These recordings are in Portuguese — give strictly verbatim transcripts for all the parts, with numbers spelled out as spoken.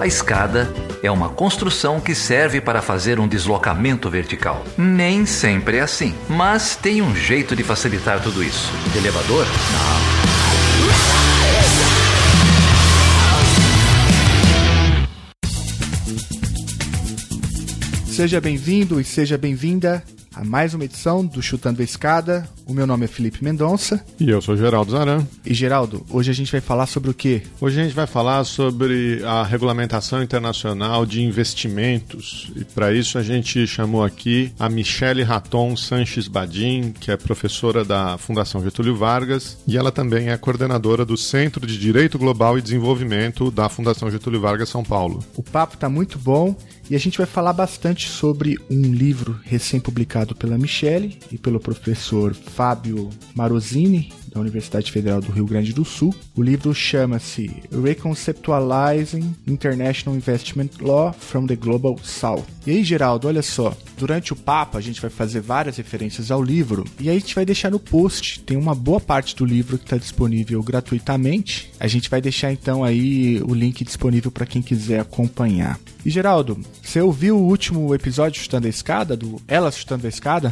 escada é uma construção que serve para fazer um deslocamento vertical. Nem sempre é assim, mas tem um jeito de facilitar tudo isso. De elevador? Não. Seja bem-vindo e seja bem-vinda a mais uma edição do Chutando a Escada. O meu nome é Felipe Mendonça. E eu sou Geraldo Zaran. E Geraldo, hoje a gente vai falar sobre o quê? Hoje a gente vai falar sobre a regulamentação internacional de investimentos. E para isso a gente chamou aqui a Michele Raton Sanches Badin, que é professora da Fundação Getúlio Vargas, e ela também é coordenadora do Centro de Direito Global e Desenvolvimento da Fundação Getúlio Vargas São Paulo. O papo está muito bom. E a gente vai falar bastante sobre um livro recém-publicado pela Michele e pelo professor Fábio Marosini, da Universidade Federal do Rio Grande do Sul. O livro chama-se Reconceptualizing International Investment Law from the Global South. E aí, Geraldo, olha só, durante o papo a gente vai fazer várias referências ao livro e aí a gente vai deixar no post, tem uma boa parte do livro que está disponível gratuitamente. A gente vai deixar então aí o link disponível para quem quiser acompanhar. E Geraldo, você ouviu o último episódio Chutando a Escada, do Elas Chutando a Escada?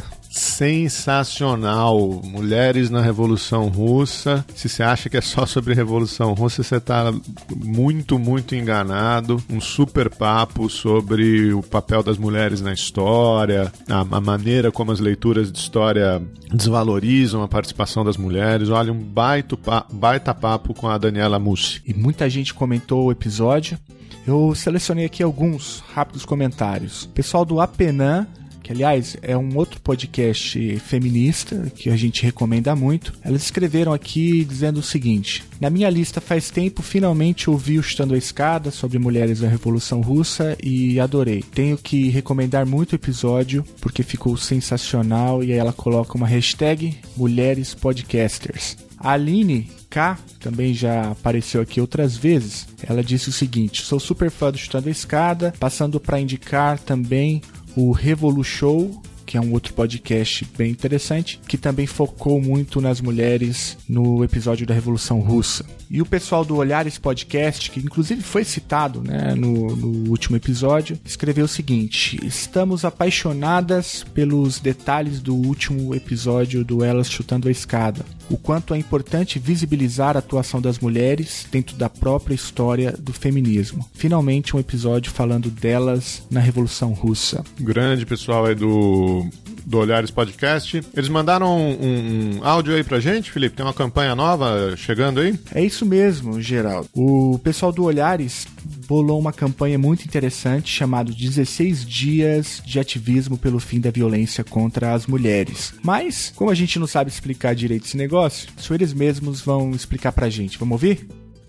Sensacional! Mulheres na Revolução Russa. Se você acha que é só sobre Revolução Russa, você está muito, muito enganado. Um super papo sobre o papel das mulheres na história, a, a maneira como as leituras de história desvalorizam a participação das mulheres. Olha, um baita, baita papo com a Daniela Mussi. E muita gente comentou o episódio. Eu selecionei aqui alguns rápidos comentários. O pessoal do Apenan, que aliás é um outro podcast feminista que a gente recomenda muito, elas escreveram aqui dizendo o seguinte: na minha lista faz tempo, finalmente ouvi o Chutando a Escada sobre mulheres na Revolução Russa e adorei. Tenho que recomendar muito o episódio porque ficou sensacional. E aí ela coloca uma hashtag Mulheres Podcasters. A Aline K também já apareceu aqui outras vezes. Ela disse o seguinte: sou super fã do Chutando a Escada, passando para indicar também o Revolu Show, que é um outro podcast bem interessante, que também focou muito nas mulheres no episódio da Revolução Russa. E o pessoal do Olhares Podcast, que inclusive foi citado, né, no, no último episódio, escreveu o seguinte: estamos apaixonadas pelos detalhes do último episódio do Elas Chutando a Escada. O quanto é importante visibilizar a atuação das mulheres dentro da própria história do feminismo. Finalmente um episódio falando delas na Revolução Russa. Grande pessoal aí do, do Olhares Podcast. Eles mandaram um, um áudio aí pra gente, Felipe? Tem uma campanha nova chegando aí? É isso mesmo, Geraldo. O pessoal do Olhares bolou uma campanha muito interessante chamada dezesseis dias de ativismo pelo fim da violência contra as mulheres. Mas, como a gente não sabe explicar direito esse negócio, só eles mesmos vão explicar pra gente. Vamos ouvir?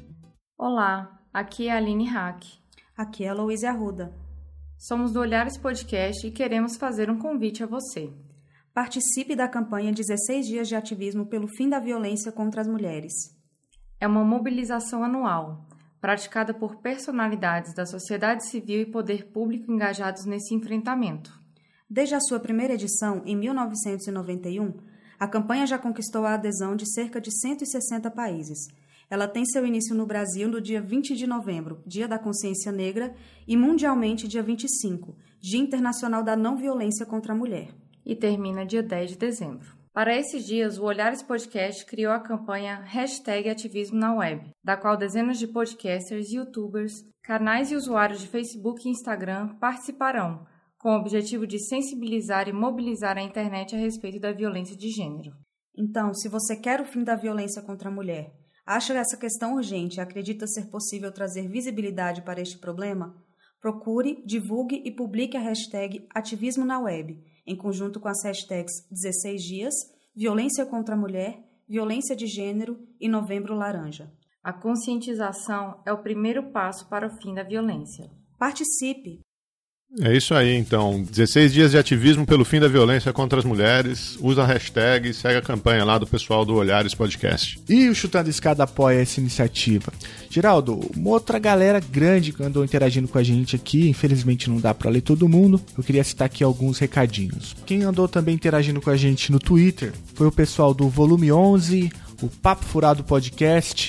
Olá, aqui é a Aline Hack. Aqui é a Louise Arruda. Somos do Olhares Podcast e queremos fazer um convite a você. Participe da campanha dezesseis dias de ativismo pelo fim da violência contra as mulheres. É uma mobilização anual, praticada por personalidades da sociedade civil e poder público engajados nesse enfrentamento. Desde a sua primeira edição, em mil novecentos e noventa e um, a campanha já conquistou a adesão de cerca de cento e sessenta países. Ela tem seu início no Brasil no dia vinte de novembro, Dia da Consciência Negra, e mundialmente dia vinte e cinco, Dia Internacional da Não Violência contra a Mulher. E termina dia dez de dezembro. Para esses dias, o Olhares Podcast criou a campanha Hashtag Ativismo na Web, da qual dezenas de podcasters, youtubers, canais e usuários de Facebook e Instagram participarão, com o objetivo de sensibilizar e mobilizar a internet a respeito da violência de gênero. Então, se você quer o fim da violência contra a mulher, acha essa questão urgente e acredita ser possível trazer visibilidade para este problema, procure, divulgue e publique a hashtag Ativismo na Web, em conjunto com as hashtags dezesseis dias, Violência contra a Mulher, Violência de Gênero e Novembro Laranja. A conscientização é o primeiro passo para o fim da violência. Participe! É isso aí, então. dezesseis dias de ativismo pelo fim da violência contra as mulheres. Usa a hashtag, segue a campanha lá do pessoal do Olhares Podcast. E o Chutando Escada apoia essa iniciativa. Geraldo, uma outra galera grande que andou interagindo com a gente aqui, infelizmente não dá pra ler todo mundo, eu queria citar aqui alguns recadinhos. Quem andou também interagindo com a gente no Twitter foi o pessoal do Volume onze, o Papo Furado Podcast,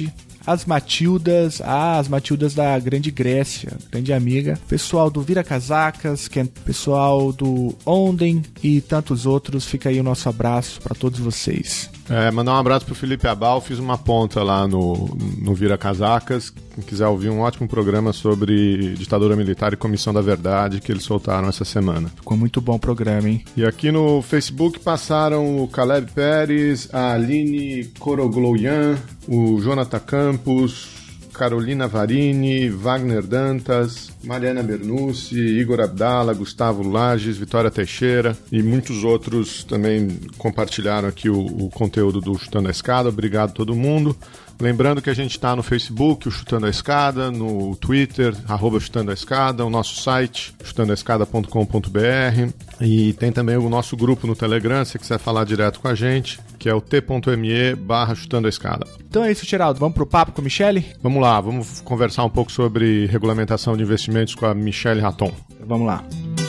as Matildas, ah, as Matildas da Grande Grécia, grande amiga, pessoal do Vira Casacas, que é pessoal do Onden e tantos outros. Fica aí o nosso abraço para todos vocês. É, mandar um abraço pro Felipe Abal, fiz uma ponta lá no, no Vira Casacas. Quem quiser ouvir um ótimo programa sobre ditadura militar e Comissão da Verdade que eles soltaram essa semana. Ficou muito bom o programa, hein? E aqui no Facebook passaram o Caleb Pérez, a Aline Corogloian, o Jonathan Campos, Carolina Varini, Wagner Dantas, Mariana Bernucci, Igor Abdala, Gustavo Lages, Vitória Teixeira e muitos outros também compartilharam aqui o, o conteúdo do Chutando a Escada. Obrigado a todo mundo. Lembrando que a gente está no Facebook, o Chutando a Escada, no Twitter, arroba Chutando a Escada, o nosso site, chutando a escada ponto com ponto b r, e tem também o nosso grupo no Telegram, se quiser falar direto com a gente, que é o t.me barra Chutando a Escada. Então é isso, Geraldo. Vamos pro papo com a Michele? Vamos lá, vamos conversar um pouco sobre regulamentação de investimentos com a Michele Raton. Vamos lá.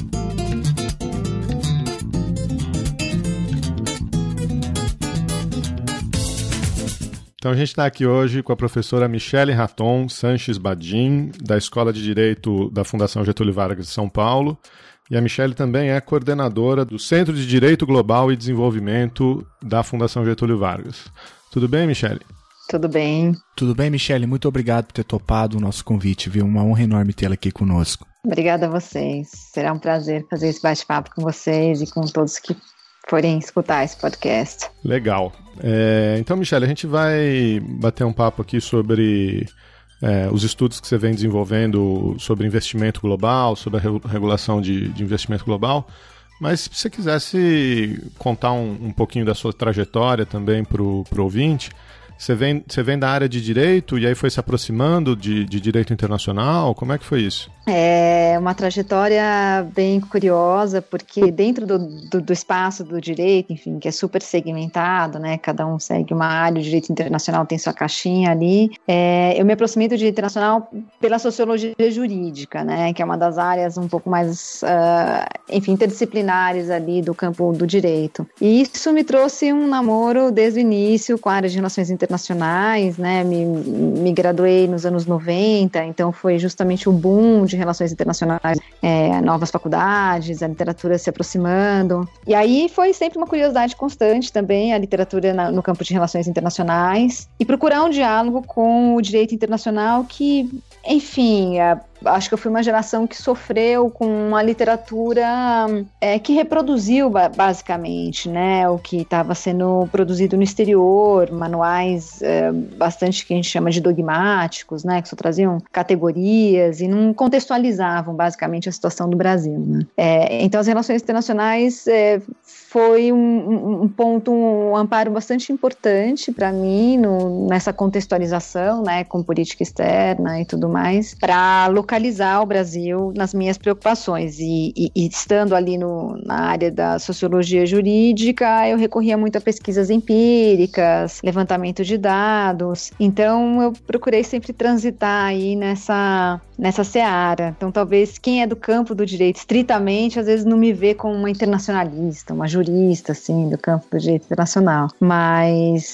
Então a gente está aqui hoje com a professora Michele Raton Sanches Badim, da Escola de Direito da Fundação Getúlio Vargas de São Paulo. E a Michele também é coordenadora do Centro de Direito Global e Desenvolvimento da Fundação Getúlio Vargas. Tudo bem, Michele? Tudo bem. Tudo bem, Michele? Muito obrigado por ter topado o nosso convite, viu? Uma honra enorme tê-la aqui conosco. Obrigada a vocês. Será um prazer fazer esse bate-papo com vocês e com todos que forem escutar esse podcast. Legal. É, então, Michele, a gente vai bater um papo aqui sobre é, os estudos que você vem desenvolvendo sobre investimento global, sobre a re- regulação de, de investimento global. Mas se você quisesse contar um, um pouquinho da sua trajetória também para o ouvinte, você vem, você vem da área de direito e aí foi se aproximando de, de direito internacional? Como é que foi isso? É uma trajetória bem curiosa, porque dentro do, do, do espaço do direito, enfim, que é super segmentado, né? Cada um segue uma área, o direito internacional tem sua caixinha ali. É, eu me aproximei do direito internacional pela sociologia jurídica, né? Que é uma das áreas um pouco mais, uh, enfim, interdisciplinares ali do campo do direito. E isso me trouxe um namoro desde o início com a área de relações internacionais, né? Me, me graduei nos anos noventa, então foi justamente o boom de relações internacionais, é, novas faculdades, a literatura se aproximando. E aí foi sempre uma curiosidade constante também, a literatura na, no campo de relações internacionais, e procurar um diálogo com o direito internacional que, enfim, a, acho que eu fui uma geração que sofreu com uma literatura é, que reproduziu basicamente, né, o que estava sendo produzido no exterior, manuais é, bastante que a gente chama de dogmáticos, né, que só traziam categorias e não contextualizavam basicamente a situação do Brasil, né. É, então as relações internacionais é, foi um, um ponto, um amparo bastante importante para mim no, nessa contextualização, né, com política externa e tudo mais, para localizar o Brasil nas minhas preocupações. E, e, e estando ali no, na área da sociologia jurídica, eu recorria muito a pesquisas empíricas, levantamento de dados. Então, eu procurei sempre transitar aí nessa, nessa seara. Então, talvez quem é do campo do direito estritamente, às vezes não me vê como uma internacionalista, uma jurista, assim, do campo do direito internacional. Mas,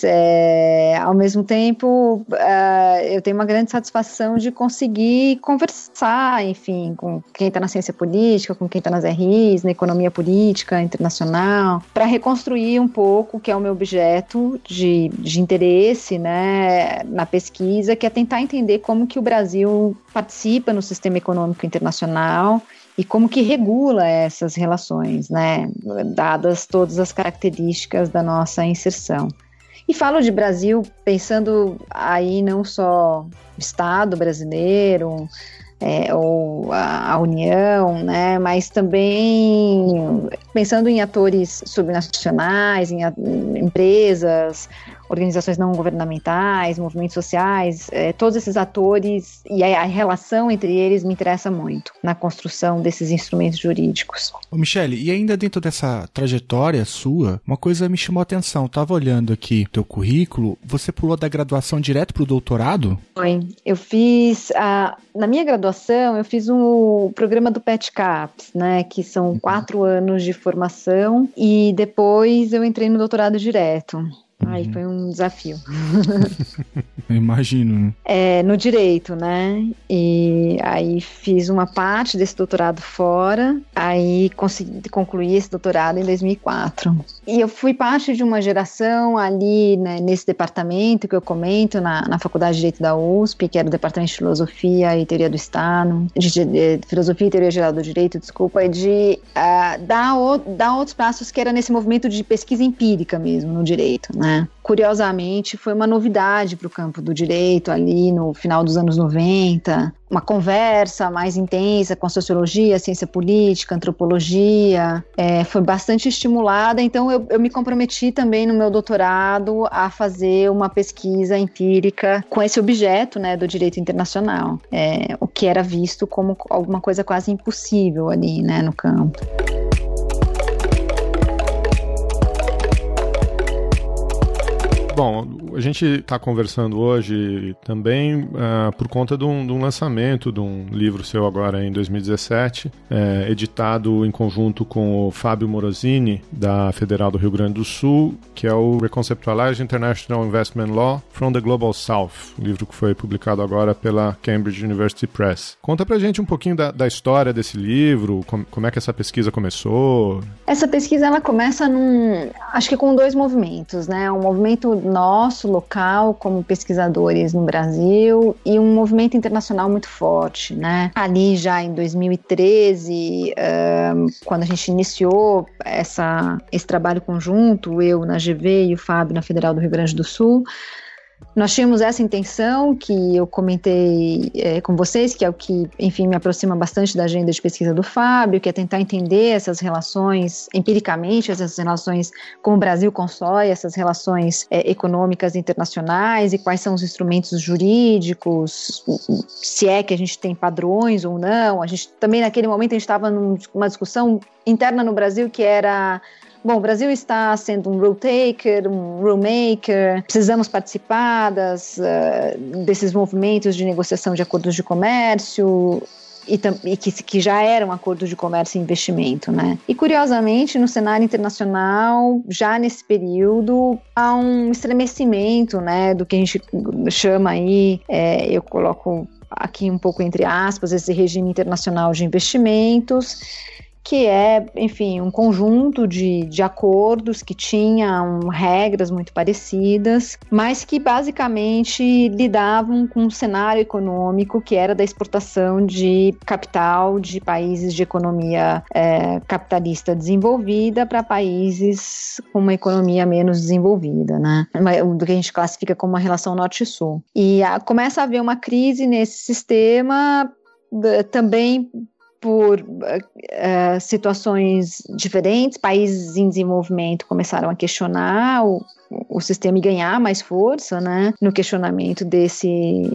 é, ao mesmo tempo, é, eu tenho uma grande satisfação de conseguir conversar, enfim, com quem está na ciência política, com quem está nas R Is, na economia política internacional, para reconstruir um pouco o que é o meu objeto de, de interesse, né, na pesquisa, que é tentar entender como que o Brasil participa no sistema econômico internacional e como que regula essas relações, né, dadas todas as características da nossa inserção. E falo de Brasil pensando aí não só o Estado brasileiro, é, ou a, a União, né, mas também pensando em atores subnacionais, em, em empresas, organizações não governamentais, movimentos sociais, é, todos esses atores e a, a relação entre eles me interessa muito na construção desses instrumentos jurídicos. Ô Michele, e ainda dentro dessa trajetória sua, uma coisa me chamou a atenção. Eu tava olhando aqui teu currículo, você pulou da graduação direto pro doutorado? Foi. Eu fiz, a, na minha graduação, eu fiz um programa do PETCAPS, né, que são uhum. quatro anos de formação, e depois eu entrei no doutorado direto. Ai, uhum. Foi um desafio. Eu imagino. É, no direito, né? E aí fiz uma parte desse doutorado fora, aí consegui concluir esse doutorado em dois mil e quatro. E eu fui parte de uma geração ali, né, nesse departamento que eu comento, na, na Faculdade de Direito da U S P, que era o Departamento de Filosofia e Teoria do Estado, de, de, de Filosofia e Teoria Geral do Direito, desculpa, de uh, dar, o, dar outros passos que era nesse movimento de pesquisa empírica mesmo, no direito, né? Curiosamente, foi uma novidade para o campo do direito ali no final dos anos noventa, uma conversa mais intensa com a sociologia, ciência política, antropologia, é, foi bastante estimulada, então eu, eu me comprometi também no meu doutorado a fazer uma pesquisa empírica com esse objeto, né, do direito internacional, é, o que era visto como alguma coisa quase impossível ali, né, no campo. Bom, a gente está conversando hoje também uh, por conta de um, de um lançamento de um livro seu agora em dois mil e dezessete, é, editado em conjunto com o Fábio Morosini, da Federal do Rio Grande do Sul, que é o Reconceptualize International Investment Law from the Global South, um livro que foi publicado agora pela Cambridge University Press. Conta pra gente um pouquinho da, da história desse livro, com, como é que essa pesquisa começou? Essa pesquisa, ela começa num, acho que com dois movimentos, né? Um movimento nosso, local, como pesquisadores no Brasil, e um movimento internacional muito forte, né? Ali já em dois mil e treze, um, quando a gente iniciou essa, esse trabalho conjunto, eu na G V e o Fábio na Federal do Rio Grande do Sul, nós tínhamos essa intenção que eu comentei é, com vocês, que é o que, enfim, me aproxima bastante da agenda de pesquisa do Fábio, que é tentar entender essas relações, empiricamente, essas relações, como o Brasil constrói essas relações é, econômicas internacionais e quais são os instrumentos jurídicos, se é que a gente tem padrões ou não. A gente também, naquele momento, a gente estava numa discussão interna no Brasil que era... Bom, o Brasil está sendo um rule taker, um rule maker, precisamos participar das, uh, desses movimentos de negociação de acordos de comércio e, e que, que já eram acordos de comércio e investimento, né? E curiosamente, no cenário internacional, já nesse período, há um estremecimento, né, do que a gente chama aí, é, eu coloco aqui um pouco entre aspas, esse regime internacional de investimentos, que é, enfim, um conjunto de, de acordos que tinham regras muito parecidas, mas que basicamente lidavam com um cenário econômico que era da exportação de capital de países de economia é, capitalista desenvolvida para países com uma economia menos desenvolvida, né? Do que a gente classifica como uma relação norte-sul. E a, começa a haver uma crise nesse sistema também por uh, situações diferentes. Países em desenvolvimento começaram a questionar o, o sistema e ganhar mais força, né, no questionamento desse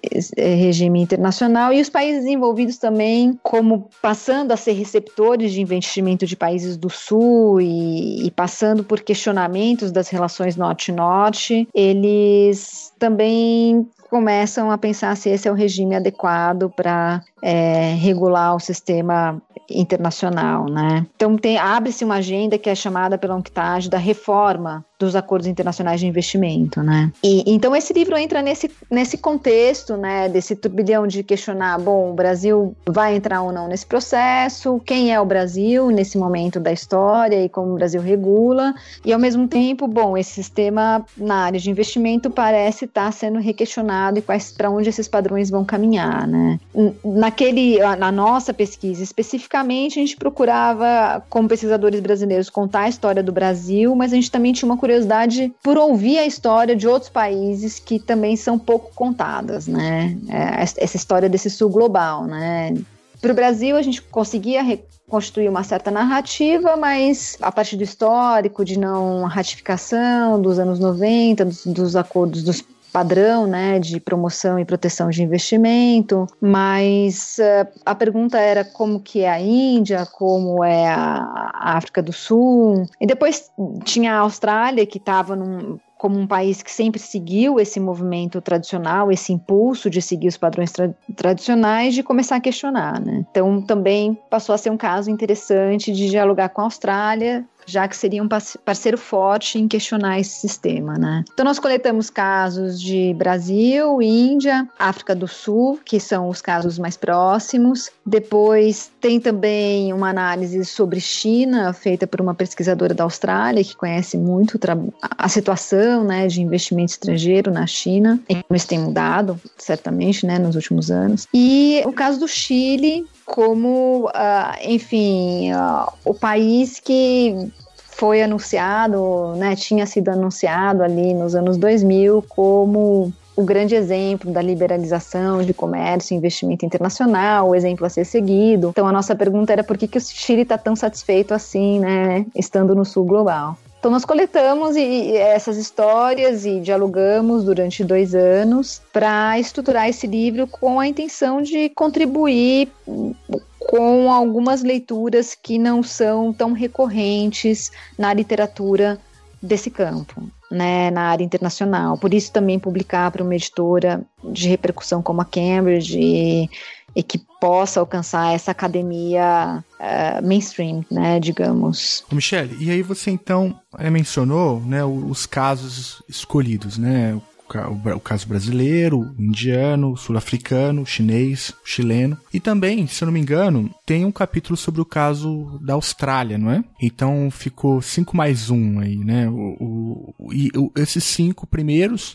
regime internacional, e os países desenvolvidos também, como passando a ser receptores de investimento de países do Sul e, e passando por questionamentos das relações norte-norte, eles também começam a pensar se esse é o regime adequado para é, regular o sistema internacional, né? Então tem, abre-se uma agenda que é chamada pela UNCTAD da reforma dos acordos internacionais de investimento, né? E então esse livro entra nesse, nesse contexto, né, desse turbilhão de questionar, bom, o Brasil vai entrar ou não nesse processo, quem é o Brasil nesse momento da história e como o Brasil regula, e ao mesmo tempo, bom, esse sistema na área de investimento parece estar sendo requestionado e quais, para onde esses padrões vão caminhar, né? Naquele, na nossa pesquisa especificamente, a gente procurava, como pesquisadores brasileiros, contar a história do Brasil, mas a gente também tinha uma curiosidade por ouvir a história de outros países que também são pouco contadas, né? Essa história desse sul global, né? Para o Brasil, a gente conseguia reconstruir uma certa narrativa, mas a partir do histórico de não ratificação dos anos noventa, dos, dos acordos dos padrão, né, de promoção e proteção de investimento, mas uh, a pergunta era como que é a Índia, como é a, a África do Sul, e depois tinha a Austrália, que estava num como um país que sempre seguiu esse movimento tradicional, esse impulso de seguir os padrões tra- tradicionais, de começar a questionar, né? Então, também passou a ser um caso interessante de dialogar com a Austrália já que seria um parceiro forte em questionar esse sistema, né? Então nós coletamos casos de Brasil, Índia, África do Sul, que são os casos mais próximos. Depois tem também uma análise sobre China, feita por uma pesquisadora da Austrália, que conhece muito a situação, né, de investimento estrangeiro na China, e como isso tem mudado, certamente, né, nos últimos anos. E o caso do Chile, como, uh, enfim, uh, o país que foi anunciado, né, tinha sido anunciado ali nos anos dois mil como o grande exemplo da liberalização de comércio e investimento internacional, o exemplo a ser seguido. Então a nossa pergunta era por que, que o Chile está tão satisfeito assim, né, estando no sul global. Então nós coletamos e, e essas histórias e dialogamos durante dois anos para estruturar esse livro com a intenção de contribuir com algumas leituras que não são tão recorrentes na literatura desse campo, né, na área internacional. Por isso também publicar para uma editora de repercussão como a Cambridge e, e que possa alcançar essa academia uh, mainstream, né, digamos. Michele, e aí você então mencionou, né, os casos escolhidos, né, o caso brasileiro, indiano, sul-africano, chinês, chileno. E também, se eu não me engano, tem um capítulo sobre o caso da Austrália, não é? Então ficou cinco mais um aí, né? O, o, e o, esses cinco primeiros,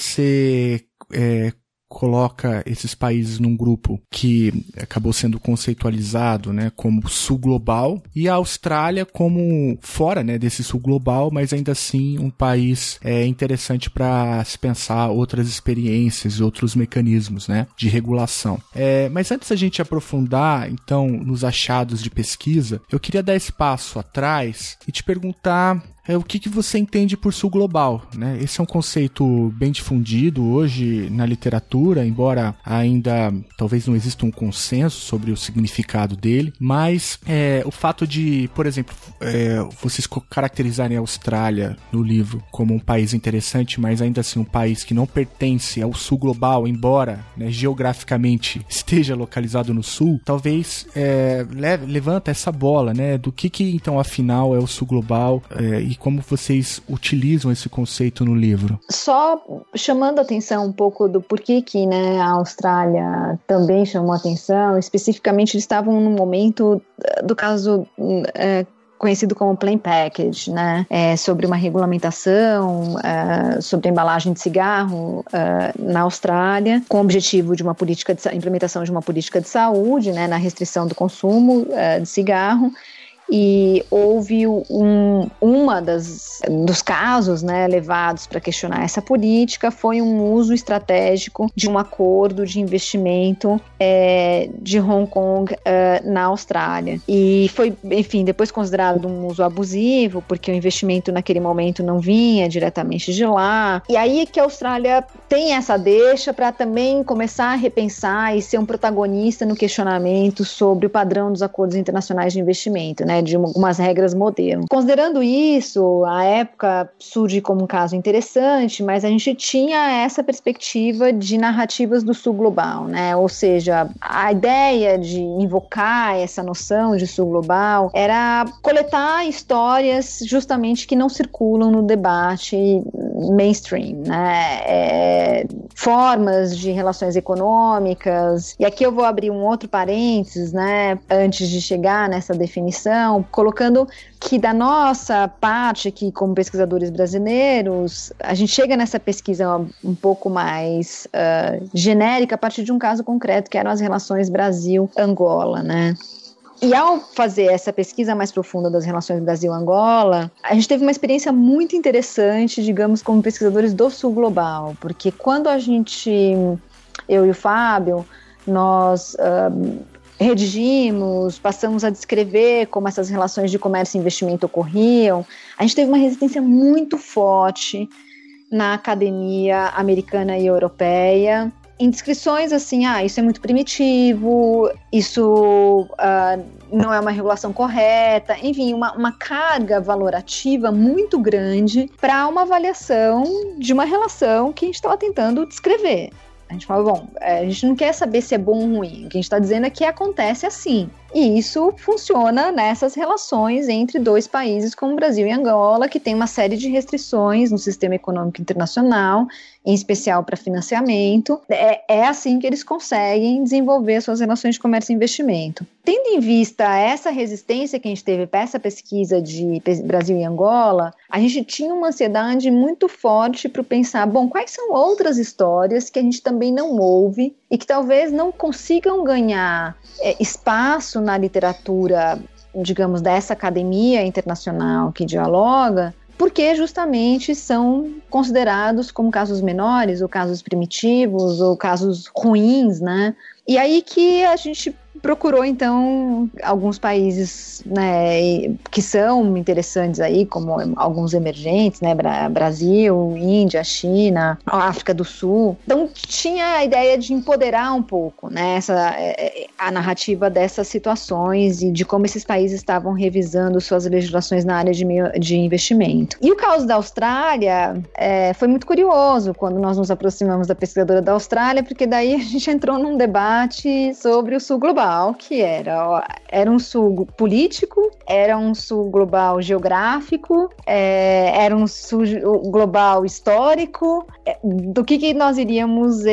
você é, coloca esses países num grupo que acabou sendo conceitualizado, né, como sul global, e a Austrália como fora, né, desse sul global, mas ainda assim um país é, interessante para se pensar outras experiências, outros mecanismos, né, de regulação. É, mas antes da gente aprofundar, então, nos achados de pesquisa, eu queria dar esse passo atrás e te perguntar É, o que, que você entende por sul global, né? Esse é um conceito bem difundido hoje na literatura, embora ainda talvez não exista um consenso sobre o significado dele, mas é, o fato de, por exemplo, é, vocês caracterizarem a Austrália no livro como um país interessante, mas ainda assim um país que não pertence ao sul global, embora, né, geograficamente esteja localizado no sul, talvez é, leve, levanta essa bola, né, do que, que então afinal é o sul global é, e como vocês utilizam esse conceito no livro. Só chamando a atenção um pouco do porquê que, né, a Austrália também chamou a atenção, especificamente eles estavam no momento do caso é, conhecido como Plain Package, né, é, sobre uma regulamentação é, sobre a embalagem de cigarro é, na Austrália, com o objetivo de uma política de implementação de uma política de saúde, né, na restrição do consumo é, de cigarro. E houve um, uma das dos casos, né, levados para questionar essa política foi um uso estratégico de um acordo de investimento é, de Hong Kong é, na Austrália. E foi, enfim, depois considerado um uso abusivo, porque o investimento naquele momento não vinha diretamente de lá. E aí é que a Austrália tem essa deixa para também começar a repensar e ser um protagonista no questionamento sobre o padrão dos acordos internacionais de investimento, né, de algumas regras modelo. Considerando isso, a época surge como um caso interessante, mas a gente tinha essa perspectiva de narrativas do sul global, né? Ou seja, a ideia de invocar essa noção de sul global era coletar histórias justamente que não circulam no debate mainstream, né? É, formas de relações econômicas, e aqui eu vou abrir um outro parênteses, né, antes de chegar nessa definição, colocando que da nossa parte aqui como pesquisadores brasileiros, a gente chega nessa pesquisa um pouco mais uh, genérica a partir de um caso concreto, que eram as relações Brasil-Angola, né? E ao fazer essa pesquisa mais profunda das relações Brasil-Angola, a gente teve uma experiência muito interessante, digamos, como pesquisadores do sul global, porque quando a gente, eu e o Fábio, nós uh, redigimos, passamos a descrever como essas relações de comércio e investimento ocorriam, a gente teve uma resistência muito forte na academia americana e europeia, em descrições assim, ah, isso é muito primitivo, isso uh, não é uma regulação correta, enfim, uma, uma carga valorativa muito grande para uma avaliação de uma relação que a gente estava tentando descrever. A gente fala, bom, a gente não quer saber se é bom ou ruim, o que a gente está dizendo é que acontece assim. E isso funciona nessas relações entre dois países como Brasil e Angola, que tem uma série de restrições no sistema econômico internacional, em especial para financiamento. É, é assim que eles conseguem desenvolver suas relações de comércio e investimento. Tendo em vista essa resistência que a gente teve para essa pesquisa de Brasil e Angola, a gente tinha uma ansiedade muito forte para pensar, bom, quais são outras histórias que a gente também não ouve e que talvez não consigam ganhar é, espaço na literatura, digamos, dessa academia internacional que dialoga, porque justamente são considerados como casos menores, ou casos primitivos, ou casos ruins, né? E aí que a gente procurou, então, alguns países, né, que são interessantes aí, como alguns emergentes, né, Brasil, Índia, China, África do Sul. Então, tinha a ideia de empoderar um pouco, né, essa, a narrativa dessas situações e de como esses países estavam revisando suas legislações na área de, meio, de investimento. E o caso da Austrália é, foi muito curioso quando nós nos aproximamos da pesquisadora da Austrália, porque daí a gente entrou num debate sobre o Sul Global, que era, era um sul político, era um sul global geográfico, é, era um sul global histórico, é, do que, que nós iríamos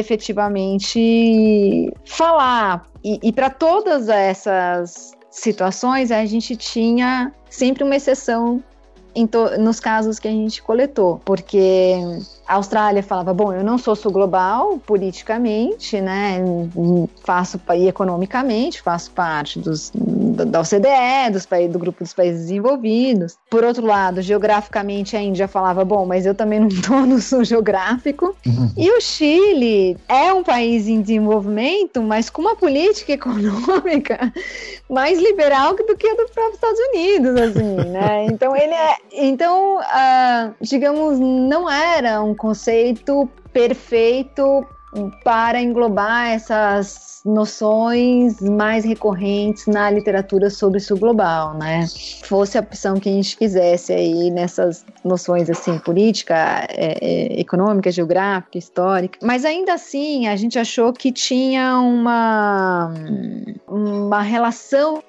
efetivamente falar. E, e para todas essas situações, a gente tinha sempre uma exceção em to- nos casos que a gente coletou, porque a Austrália falava, bom, eu não sou sul global politicamente, né, faço, e economicamente, faço parte dos, da O C D E, dos, do grupo dos países desenvolvidos. Por outro lado, geograficamente a Índia falava, bom, mas eu também não estou no sul geográfico. Uhum. E o Chile é um país em desenvolvimento, mas com uma política econômica mais liberal do que a do próprio Estados Unidos, assim, né, então ele é Então, uh, digamos, não era um conceito perfeito para englobar essas noções mais recorrentes na literatura sobre o sul global, né? Fosse a opção que a gente quisesse aí nessas noções, assim, política, é, é, econômica, geográfica, histórica. Mas ainda assim, a gente achou que tinha uma, uma relação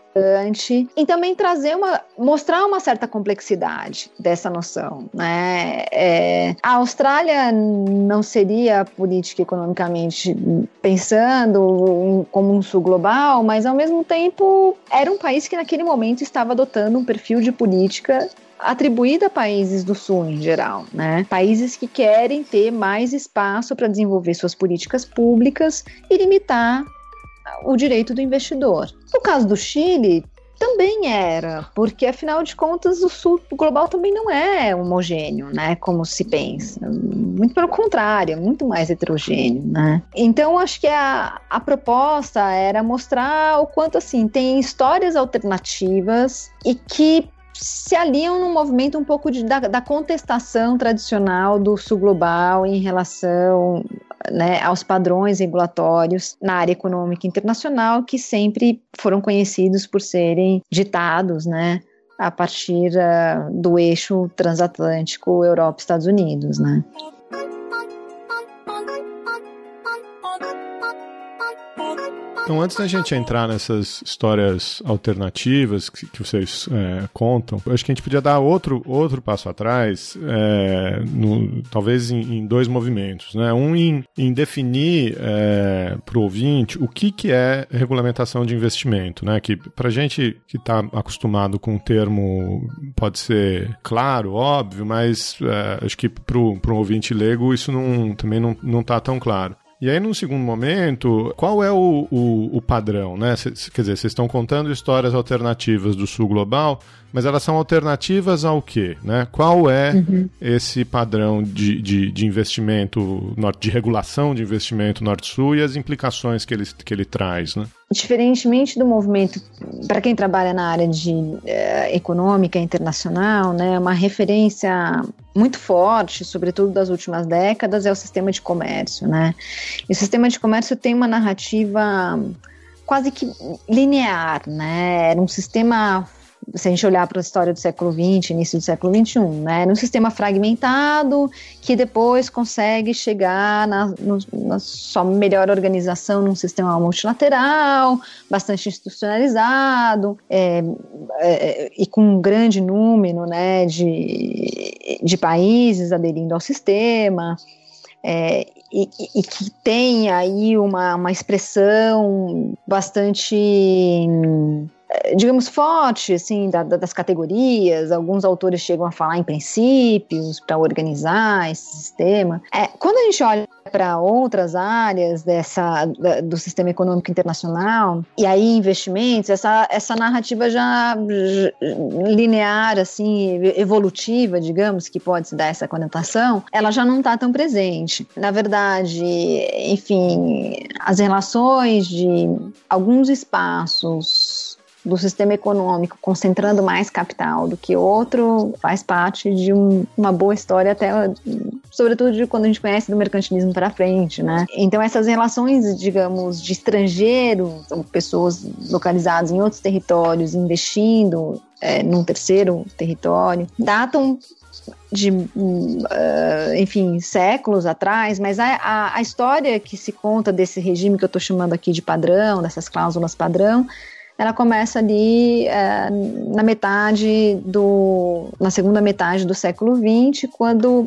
e também trazer uma, mostrar uma certa complexidade dessa noção, né? É, a Austrália não seria política economicamente pensando como um sul global, mas ao mesmo tempo era um país que naquele momento estava adotando um perfil de política atribuída a países do sul em geral, né? Países que querem ter mais espaço para desenvolver suas políticas públicas e limitar o direito do investidor. No caso do Chile, também era, porque afinal de contas o sul global também não é homogêneo, né, como se pensa. Muito pelo contrário, é muito mais heterogêneo, né? Então acho que a, a proposta era mostrar o quanto assim tem histórias alternativas e que se aliam num movimento um pouco de, da, da contestação tradicional do sul global em relação, né, aos padrões regulatórios na área econômica internacional que sempre foram conhecidos por serem ditados, né, a partir uh, do eixo transatlântico Europa-Estados Unidos, né. Então, antes da gente entrar nessas histórias alternativas que, que vocês é, contam, eu acho que a gente podia dar outro, outro passo atrás, é, no, talvez em, em dois movimentos, né? Um em, em definir é, para o ouvinte o que, que é regulamentação de investimento, né? Que para a gente que está acostumado com um termo pode ser claro, óbvio, mas é, acho que para o ouvinte leigo isso não, também não está tão claro. E aí, num segundo momento, qual é o, o, o padrão, né? Cê, quer dizer, vocês estão contando histórias alternativas do sul global, mas elas são alternativas ao quê, né? Qual é uhum. esse padrão de, de, de investimento, de regulação de investimento norte-sul e as implicações que ele, que ele traz, né? Diferentemente do movimento, para quem trabalha na área de eh, econômica internacional, né, uma referência muito forte, sobretudo das últimas décadas, é o sistema de comércio, né? E o sistema de comércio tem uma narrativa quase que linear, né? Era um sistema se a gente olhar para a história do século vinte, início do século vinte e um, né, num sistema fragmentado que depois consegue chegar na, no, na sua melhor organização num sistema multilateral, bastante institucionalizado, é, é, e com um grande número, né, de, de países aderindo ao sistema, é, e, e que tem aí uma, uma expressão bastante, digamos, forte, assim, da, das categorias. Alguns autores chegam a falar em princípios para organizar esse sistema. É, quando a gente olha para outras áreas dessa, da, do sistema econômico internacional, e aí investimentos, essa, essa narrativa já, já linear, assim, evolutiva, digamos, que pode se dar essa conotação, ela já não está tão presente. Na verdade, enfim, as relações de alguns espaços do sistema econômico concentrando mais capital do que outro faz parte de um, uma boa história, até sobretudo de quando a gente conhece do mercantilismo para frente, né? Então essas relações, digamos, de estrangeiros, pessoas localizadas em outros territórios investindo é, num terceiro território, datam de, uh, enfim, séculos atrás, mas a, a, a história que se conta desse regime que eu estou chamando aqui de padrão, dessas cláusulas padrão, ela começa ali é, na metade do, na segunda metade do século vinte, quando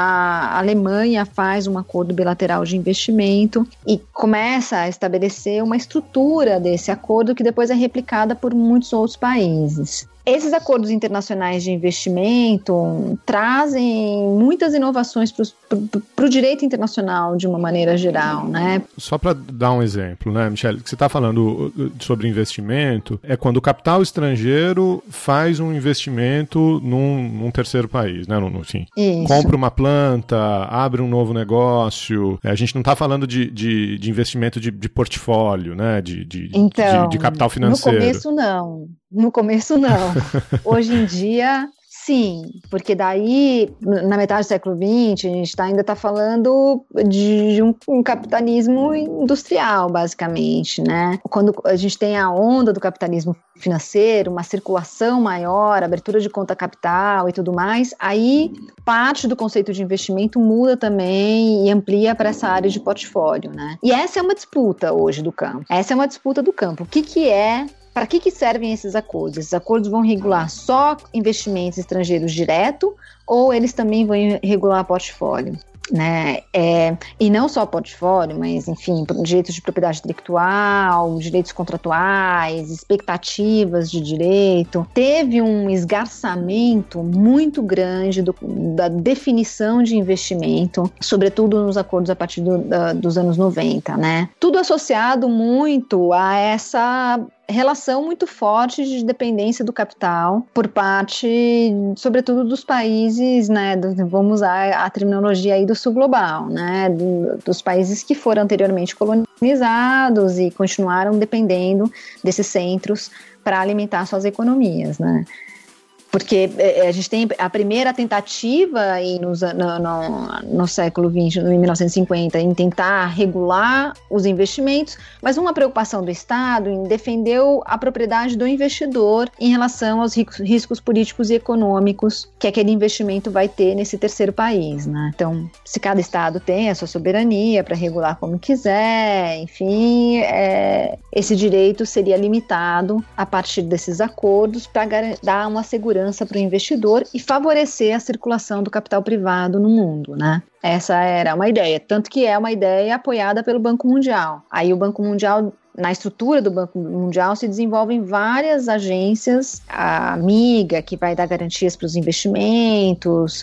a Alemanha faz um acordo bilateral de investimento e começa a estabelecer uma estrutura desse acordo que depois é replicada por muitos outros países. Esses acordos internacionais de investimento trazem muitas inovações para o direito internacional de uma maneira geral, né? Só para dar um exemplo, né, Michele, que você está falando sobre investimento, é quando o capital estrangeiro faz um investimento num, num terceiro país, né? No, no, enfim, compra uma planta, abre um novo negócio. A gente não está falando de, de, de investimento de, de portfólio, né? De, de, então, de, de capital financeiro. No começo, não. No começo, não. Hoje em dia, sim, porque daí, na metade do século vinte, a gente tá, ainda está falando de um, um capitalismo industrial, basicamente, né? Quando a gente tem a onda do capitalismo financeiro, uma circulação maior, abertura de conta capital e tudo mais, aí parte do conceito de investimento muda também e amplia para essa área de portfólio, né? E essa é uma disputa hoje do campo. Essa é uma disputa do campo. O que que é... Para que, que servem esses acordos? Esses acordos vão regular só investimentos estrangeiros direto ou eles também vão regular portfólio? Né? É, e não só portfólio, mas, enfim, direitos de propriedade intelectual, direitos contratuais, expectativas de direito. Teve um esgarçamento muito grande do, da definição de investimento, sobretudo nos acordos a partir do, da, dos anos noventa, né? Tudo associado muito a essa relação muito forte de dependência do capital por parte, sobretudo, dos países, né, do, vamos usar a terminologia aí do sul global, né, do, dos países que foram anteriormente colonizados e continuaram dependendo desses centros para alimentar suas economias, né. Porque a gente tem a primeira tentativa aí no, no, no, no século vinte, em mil novecentos e cinquenta, em tentar regular os investimentos, mas uma preocupação do Estado em defender a propriedade do investidor em relação aos riscos políticos e econômicos que aquele investimento vai ter nesse terceiro país, né? Então, se cada Estado tem a sua soberania para regular como quiser, enfim, é, esse direito seria limitado a partir desses acordos para dar uma segurança para o investidor e favorecer a circulação do capital privado no mundo, né? Essa era uma ideia, tanto que é uma ideia apoiada pelo Banco Mundial. Aí o Banco Mundial, na estrutura do Banco Mundial, se desenvolvem várias agências, a Amiga, que vai dar garantias para os investimentos,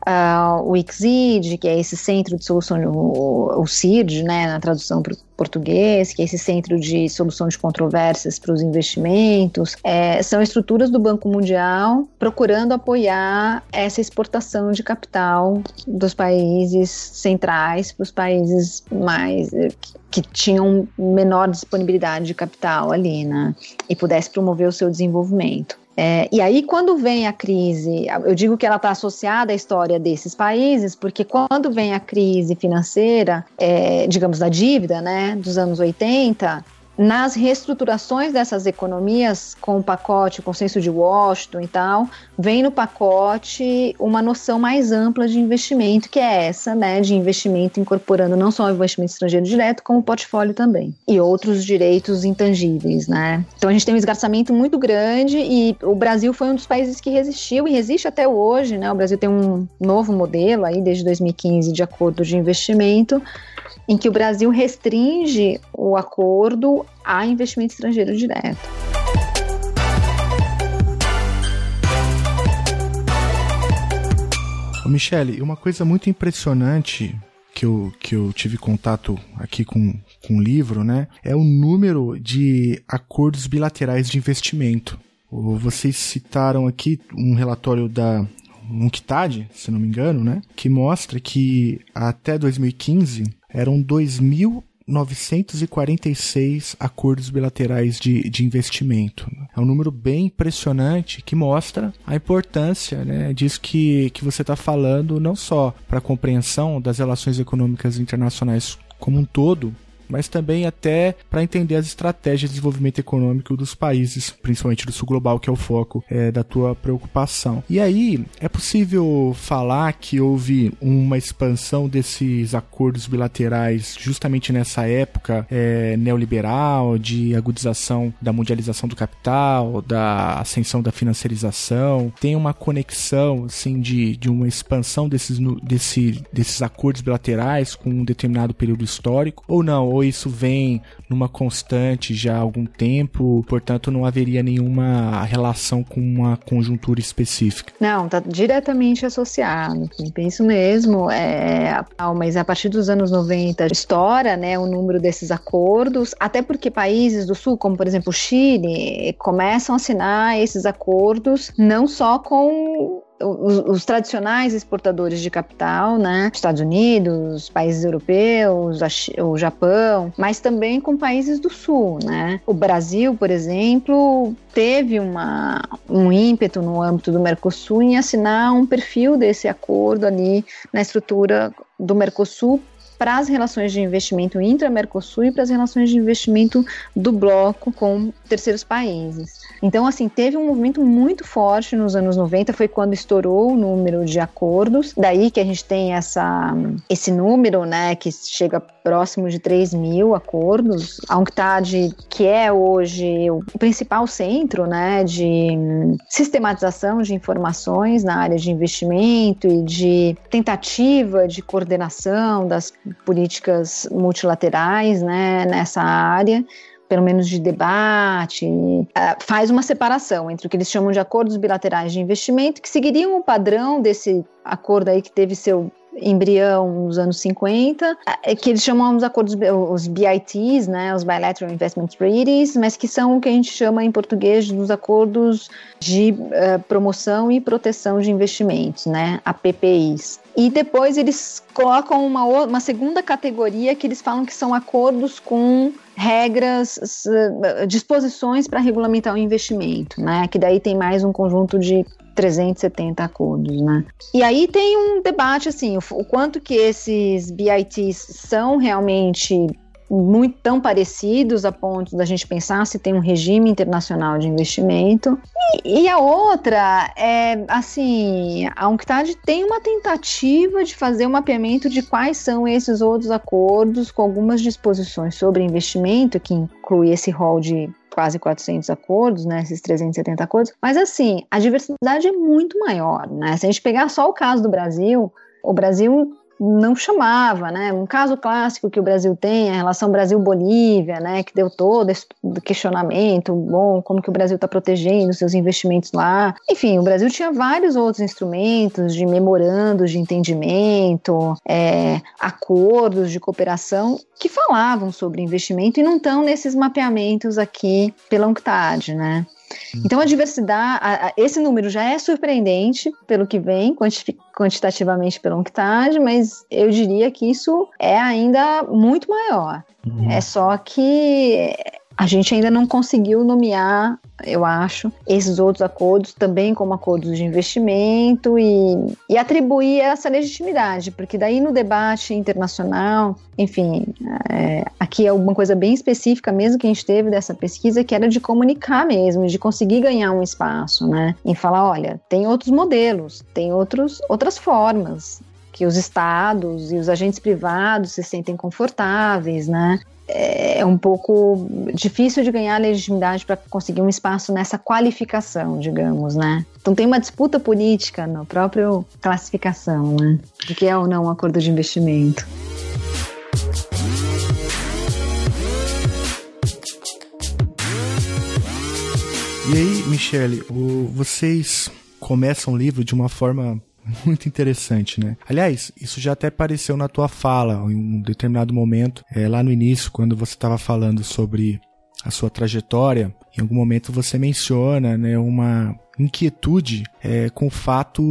uh, o I C S I D, que é esse centro de solução, o, o C I D, né, na tradução para o português, que é esse centro de solução de controvérsias para os investimentos, é, são estruturas do Banco Mundial procurando apoiar essa exportação de capital dos países centrais para os países mais que, que tinham menor disponibilidade de capital ali, né, e pudesse promover o seu desenvolvimento. É, e aí, quando vem a crise, eu digo que ela está associada à história desses países, porque quando vem a crise financeira, é, digamos, da dívida, né, dos anos oitenta, nas reestruturações dessas economias, com o pacote, o consenso de Washington e tal, vem no pacote uma noção mais ampla de investimento, que é essa, né, de investimento incorporando não só o investimento estrangeiro direto, como o portfólio também, e outros direitos intangíveis, né. Então a gente tem um esgarçamento muito grande e o Brasil foi um dos países que resistiu e resiste até hoje, né. O Brasil tem um novo modelo aí desde dois mil e quinze de acordo de investimento, em que o Brasil restringe o acordo a investimento estrangeiro direto. Ô Michele, uma coisa muito impressionante que eu, que eu tive contato aqui com, com o livro, né, é o número de acordos bilaterais de investimento. Vocês citaram aqui um relatório da UNCTAD, se não me engano, né, que mostra que até dois mil e quinze eram dois mil novecentos e quarenta e seis acordos bilaterais de, de investimento. É um número bem impressionante que mostra a importância, né, disso que, que você está falando, não só para a compreensão das relações econômicas internacionais como um todo, mas também até para entender as estratégias de desenvolvimento econômico dos países, principalmente do sul global, que é o foco é, da tua preocupação. E aí, é possível falar que houve uma expansão desses acordos bilaterais justamente nessa época é, neoliberal, de agudização da mundialização do capital, da ascensão da financiarização? Tem uma conexão, assim, de, de uma expansão desses, desse, desses acordos bilaterais com um determinado período histórico, ou não? Ou isso vem numa constante já há algum tempo, portanto não haveria nenhuma relação com uma conjuntura específica? Não, está diretamente associado, isso mesmo, é, mas a partir dos anos noventa estoura, né, o número desses acordos, até porque países do sul, como por exemplo o Chile, começam a assinar esses acordos não só com Os, os tradicionais exportadores de capital, né, Estados Unidos, países europeus, a, o Japão, mas também com países do sul, né. O Brasil, por exemplo, teve uma, um ímpeto no âmbito do Mercosul em assinar um perfil desse acordo ali na estrutura do Mercosul para as relações de investimento intra-Mercosul e para as relações de investimento do bloco com terceiros países. Então, assim, teve um movimento muito forte nos anos noventa, foi quando estourou o número de acordos, daí que a gente tem essa, esse número, né, que chega próximo de três mil acordos. A UNCTAD, que é hoje o principal centro, né, de sistematização de informações na área de investimento e de tentativa de coordenação das políticas multilaterais, né, nessa área, pelo menos de debate, faz uma separação entre o que eles chamam de acordos bilaterais de investimento, que seguiriam o padrão desse acordo aí que teve seu embrião nos anos cinquenta, que eles chamam os acordos, os B I Ts, né, os Bilateral Investment Treaties, mas que são o que a gente chama em português dos acordos de uh, promoção e proteção de investimentos, né, A P P Is. E depois eles colocam uma, uma segunda categoria que eles falam que são acordos com regras, disposições para regulamentar o investimento, né, que daí tem mais um conjunto de trezentos e setenta acordos, né? E aí tem um debate, assim, o, o quanto que esses B I Ts são realmente muito tão parecidos a ponto da gente pensar se tem um regime internacional de investimento. E, e a outra é, assim, a UNCTAD tem uma tentativa de fazer um mapeamento de quais são esses outros acordos com algumas disposições sobre investimento, que inclui esse rol de quase quatrocentos acordos, né, esses trezentos e setenta acordos, mas assim, a diversidade é muito maior, né, se a gente pegar só o caso do Brasil, o Brasil não chamava, né, um caso clássico que o Brasil tem é a relação Brasil-Bolívia, né, que deu todo esse questionamento, bom, como que o Brasil está protegendo seus investimentos lá, enfim, o Brasil tinha vários outros instrumentos de memorandos de entendimento, é, acordos de cooperação que falavam sobre investimento e não estão nesses mapeamentos aqui pela UNCTAD, né. Então a diversidade, a, a, esse número já é surpreendente pelo que vem quanti, quantitativamente pela UNCTAD, mas eu diria que isso é ainda muito maior. Uhum. É só que A gente ainda não conseguiu nomear, eu acho, esses outros acordos também como acordos de investimento e, e atribuir essa legitimidade, porque daí no debate internacional, enfim, é, aqui é uma coisa bem específica mesmo que a gente teve dessa pesquisa, que era de comunicar mesmo, de conseguir ganhar um espaço, né? Em falar, olha, tem outros modelos, tem outros, outras formas, que os estados e os agentes privados se sentem confortáveis, né? É um pouco difícil de ganhar legitimidade para conseguir um espaço nessa qualificação, digamos, né? Então tem uma disputa política na própria classificação, né? Do que é ou não um acordo de investimento. E aí, Michele, o, vocês começam o livro de uma forma muito interessante, né? Aliás, isso já até apareceu na tua fala em um determinado momento, é, lá no início, quando você estava falando sobre a sua trajetória. Em algum momento você menciona, né, uma inquietude é, com o fato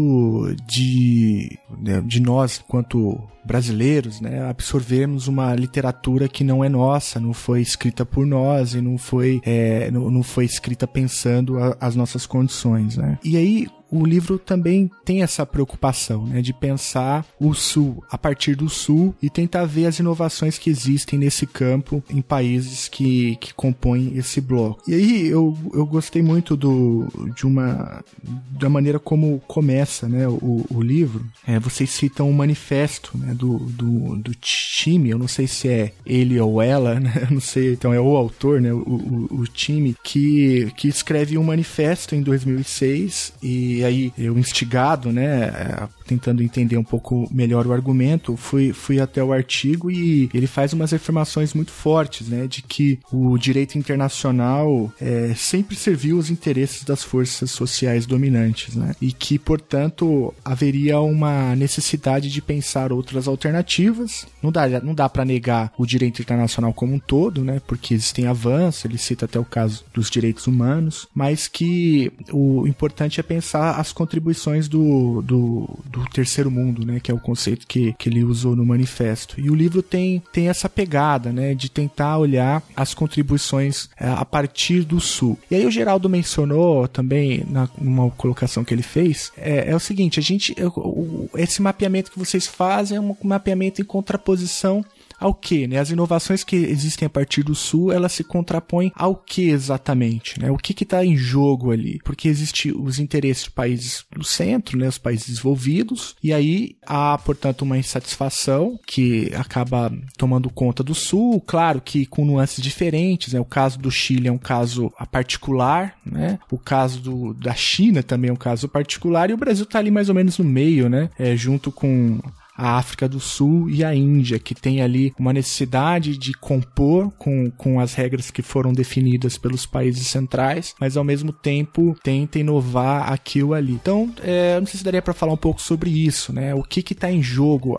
de, de nós, enquanto brasileiros, né, absorvermos uma literatura que não é nossa, não foi escrita por nós e não foi, é, não, não foi escrita pensando a, as nossas condições, né? E aí o livro também tem essa preocupação, né, de pensar o Sul a partir do Sul e tentar ver as inovações que existem nesse campo em países que, que compõem esse bloco. E aí eu, eu gostei muito do, de uma, da maneira como começa, né, o, o livro. É, vocês citam um manifesto, né, do, do, do time, eu não sei se é ele ou ela, né, eu não sei, então é o autor, né, o, o, o time, que, que escreve um manifesto em dois mil e seis e E aí, eu instigado, né, tentando entender um pouco melhor o argumento, fui, fui até o artigo e ele faz umas afirmações muito fortes, né, de que o direito internacional é, sempre serviu os interesses das forças sociais dominantes, né, e que, portanto, haveria uma necessidade de pensar outras alternativas. Não dá, não dá para negar o direito internacional como um todo, né, porque existem avanços, ele cita até o caso dos direitos humanos, mas que o importante é pensar as contribuições do, do, do terceiro mundo, né, que é o conceito que, que ele usou no manifesto. E o livro tem, tem essa pegada, né, de tentar olhar as contribuições é, a partir do Sul. E aí o Geraldo mencionou também, na, numa colocação que ele fez, é, é o seguinte, a gente, o, esse mapeamento que vocês fazem é um mapeamento em contraposição ao que, né? As inovações que existem a partir do Sul, elas se contrapõem ao que exatamente, né? O que que está em jogo ali? Porque existem os interesses de países do centro, né? Os países desenvolvidos, e aí há, portanto, uma insatisfação que acaba tomando conta do Sul, claro que com nuances diferentes, né? O caso do Chile é um caso particular, né? O caso do, da China também é um caso particular, e o Brasil está ali mais ou menos no meio, né? É, junto com a África do Sul e a Índia, que tem ali uma necessidade de compor com, com as regras que foram definidas pelos países centrais, mas ao mesmo tempo tenta inovar aqui ou ali. Então, é, não sei se daria para falar um pouco sobre isso, né? O que que está em jogo,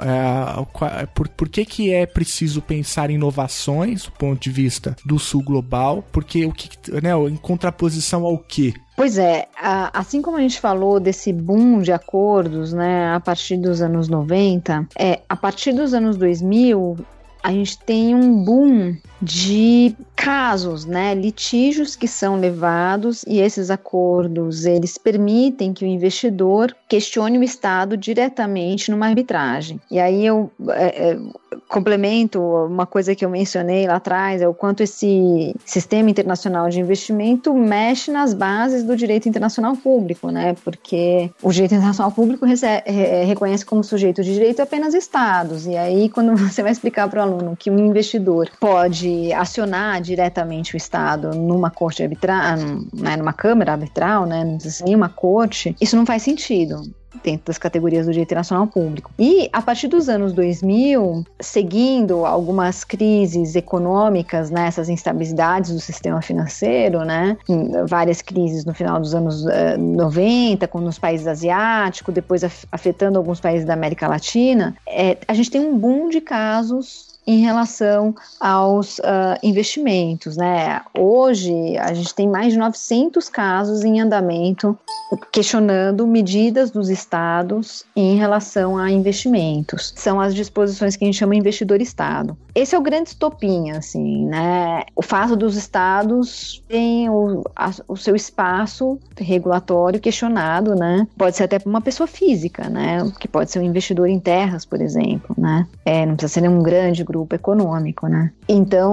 é, por, por que que é preciso pensar em inovações do ponto de vista do Sul global, porque o que, né, em contraposição ao quê? Pois é, assim como a gente falou desse boom de acordos, né, a partir dos anos noventa, é, a partir dos anos dois mil, a gente tem um boom de casos, né, litígios que são levados, e esses acordos, eles permitem que o investidor questione o Estado diretamente numa arbitragem. E aí eu é, é, complemento uma coisa que eu mencionei lá atrás, é o quanto esse sistema internacional de investimento mexe nas bases do direito internacional público, né, porque o direito internacional público recebe, é, reconhece como sujeito de direito apenas Estados, e aí quando você vai explicar para o aluno que um investidor pode acionar diretamente o Estado numa corte arbitral, né, numa câmara arbitral, né, não precisa nenhuma corte, isso não faz sentido dentro das categorias do direito internacional público. E a partir dos anos dois mil, seguindo algumas crises econômicas, né, essas instabilidades do sistema financeiro, né, várias crises no final dos anos uh, noventa, com nos países asiáticos, depois af- afetando alguns países da América Latina, é, a gente tem um boom de casos em relação aos uh, investimentos, né? Hoje, a gente tem mais de novecentos casos em andamento questionando medidas dos estados em relação a investimentos. São as disposições que a gente chama investidor-estado. Esse é o grande estopim, assim, né? O fato dos estados terem o, a, o seu espaço regulatório questionado, né? Pode ser até por uma pessoa física, né? Que pode ser um investidor em terras, por exemplo, né? É, não precisa ser nenhum grande grupo econômico, né? Então,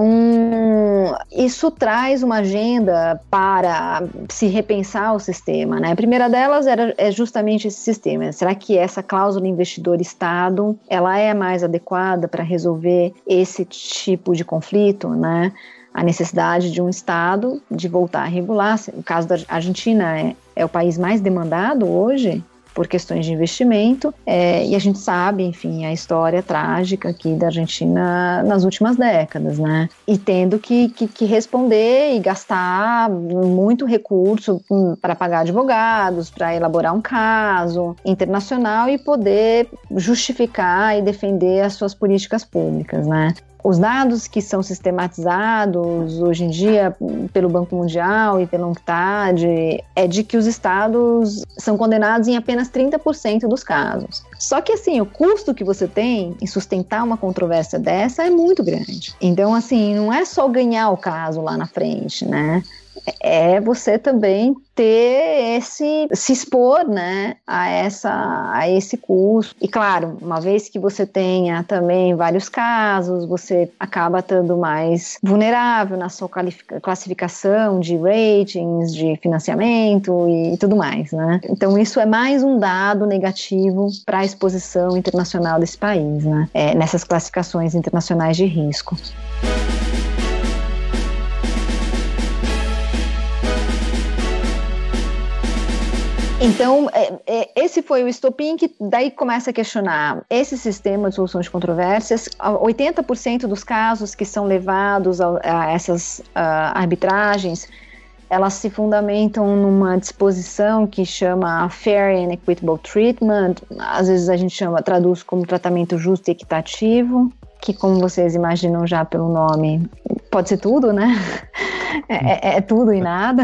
isso traz uma agenda para se repensar o sistema, né? A primeira delas era, é justamente esse sistema. Será que essa cláusula investidor-estado, ela é mais adequada para resolver esse tipo de conflito, né? A necessidade de um Estado de voltar a regular. O caso da Argentina é, é o país mais demandado hoje por questões de investimento, é, e a gente sabe, enfim, a história trágica aqui da Argentina nas últimas décadas, né? E tendo que, que, que responder e gastar muito recurso para pagar advogados, para elaborar um caso internacional e poder justificar e defender as suas políticas públicas, né? Os dados que são sistematizados hoje em dia pelo Banco Mundial e pela UNCTAD é de que os estados são condenados em apenas trinta por cento dos casos. Só que, assim, o custo que você tem em sustentar uma controvérsia dessa é muito grande. Então, assim, não é só ganhar o caso lá na frente, né? É você também ter esse, se expor, né, a, essa, a esse custo. E claro, uma vez que você tenha também vários casos, você acaba estando mais vulnerável na sua classificação de ratings, de financiamento e, e tudo mais, né? Então isso é mais um dado negativo para a exposição internacional desse país, né? É, nessas classificações internacionais de risco. Então, é, é, esse foi o estopim que daí começa a questionar esse sistema de solução de controvérsias. oitenta por cento dos casos que são levados a, a essas a, arbitragens, elas se fundamentam numa disposição que chama Fair and Equitable Treatment, às vezes a gente chama, traduz como tratamento justo e equitativo, que, como vocês imaginam já pelo nome, pode ser tudo, né? É, é, é tudo e nada.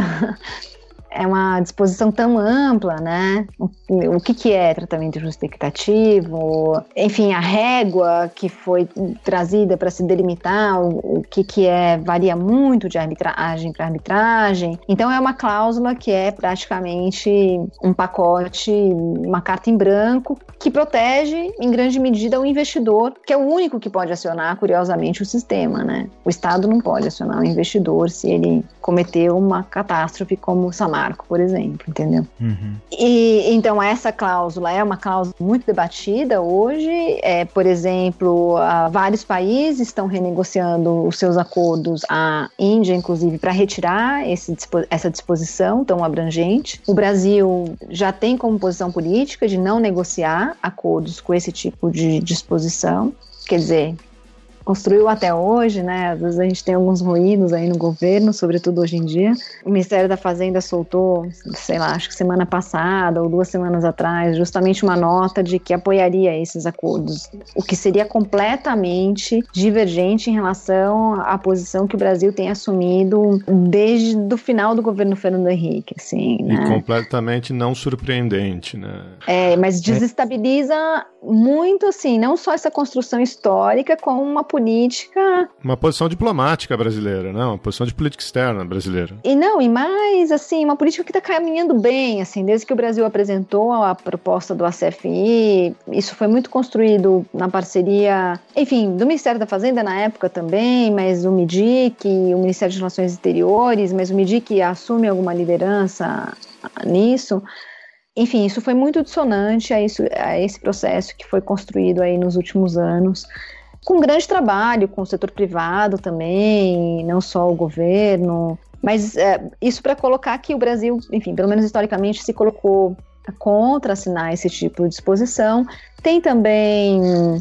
É uma disposição tão ampla, né? O, o que, que é tratamento justo e equitativo? Enfim, a régua que foi trazida para se delimitar o, o que, que é, varia muito de arbitragem para arbitragem. Então, é uma cláusula que é praticamente um pacote, uma carta em branco, que protege, em grande medida, o investidor, que é o único que pode acionar, curiosamente, o sistema, né? O Estado não pode acionar o investidor se ele cometeu uma catástrofe como o Samarco, por exemplo, entendeu? Uhum. E então essa cláusula é uma cláusula muito debatida hoje. É, por exemplo, uh, vários países estão renegociando os seus acordos, a Índia, inclusive, para retirar esse, essa disposição tão abrangente. O Brasil já tem como posição política de não negociar acordos com esse tipo de disposição. Quer dizer, construiu até hoje, né? Às vezes a gente tem alguns ruídos aí no governo, sobretudo hoje em dia. O Ministério da Fazenda soltou, sei lá, acho que semana passada ou duas semanas atrás, justamente uma nota de que apoiaria esses acordos, o que seria completamente divergente em relação à posição que o Brasil tem assumido desde o final do governo Fernando Henrique, assim, né? E completamente não surpreendente, né? É, mas desestabiliza muito, assim, não só essa construção histórica, como uma política... Uma posição diplomática brasileira, né? Uma posição de política externa brasileira. E não, e mais, assim, uma política que está caminhando bem, assim, desde que o Brasil apresentou a proposta do A C F I, isso foi muito construído na parceria, enfim, do Ministério da Fazenda na época também, mas o MIDIC, o Ministério de Relações Exteriores, mas o MIDIC assume alguma liderança nisso. Enfim, isso foi muito dissonante a, isso, a esse processo que foi construído aí nos últimos anos, com grande trabalho com o setor privado também, não só o governo, mas é, isso para colocar que o Brasil, enfim, pelo menos historicamente, se colocou contra assinar esse tipo de disposição. Tem também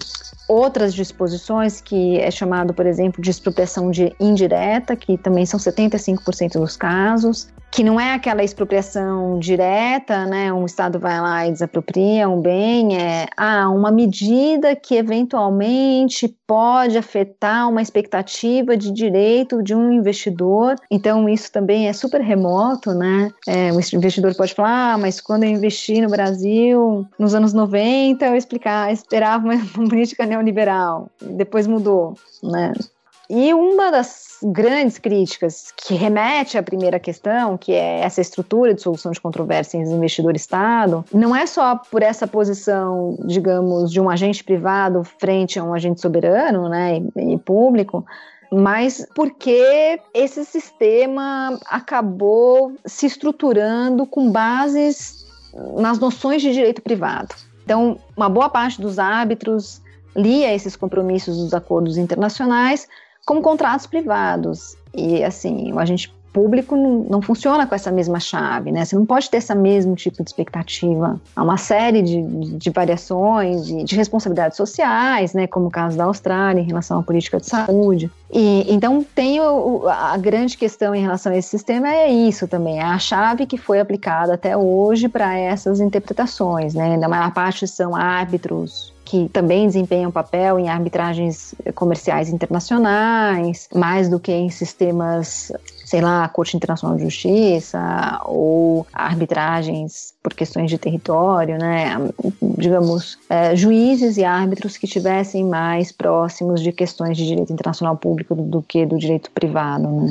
outras disposições que é chamado, por exemplo, de expropriação de indireta, que também são setenta e cinco por cento dos casos. que não é aquela expropriação direta, né? Um Estado vai lá e desapropria um bem, é ah, uma medida que eventualmente pode afetar uma expectativa de direito de um investidor. Então isso também é super remoto, né? É, o investidor pode falar, ah, mas quando eu investi no Brasil nos anos noventa, eu explicar, esperava uma política neoliberal, depois mudou, né? E uma das grandes críticas que remete à primeira questão, que é essa estrutura de solução de controvérsias investidor-Estado, não é só por essa posição, digamos, de um agente privado frente a um agente soberano, né, e, e público, mas porque esse sistema acabou se estruturando com bases nas noções de direito privado. Então, uma boa parte dos árbitros lia esses compromissos dos acordos internacionais como contratos privados. E, assim, o agente público não, não funciona com essa mesma chave, né? Você não pode ter esse mesmo tipo de expectativa. Há uma série de, de variações e de responsabilidades sociais, né? Como o caso da Austrália em relação à política de saúde. E, então, tem o, a grande questão em relação a esse sistema é isso também, é a chave que foi aplicada até hoje para essas interpretações, né? Na maior parte são árbitros que também desempenham papel em arbitragens comerciais internacionais, mais do que em sistemas, sei lá, Corte Internacional de Justiça ou arbitragens por questões de território, né? Digamos, é, juízes e árbitros que estivessem mais próximos de questões de direito internacional público do, do que do direito privado, né?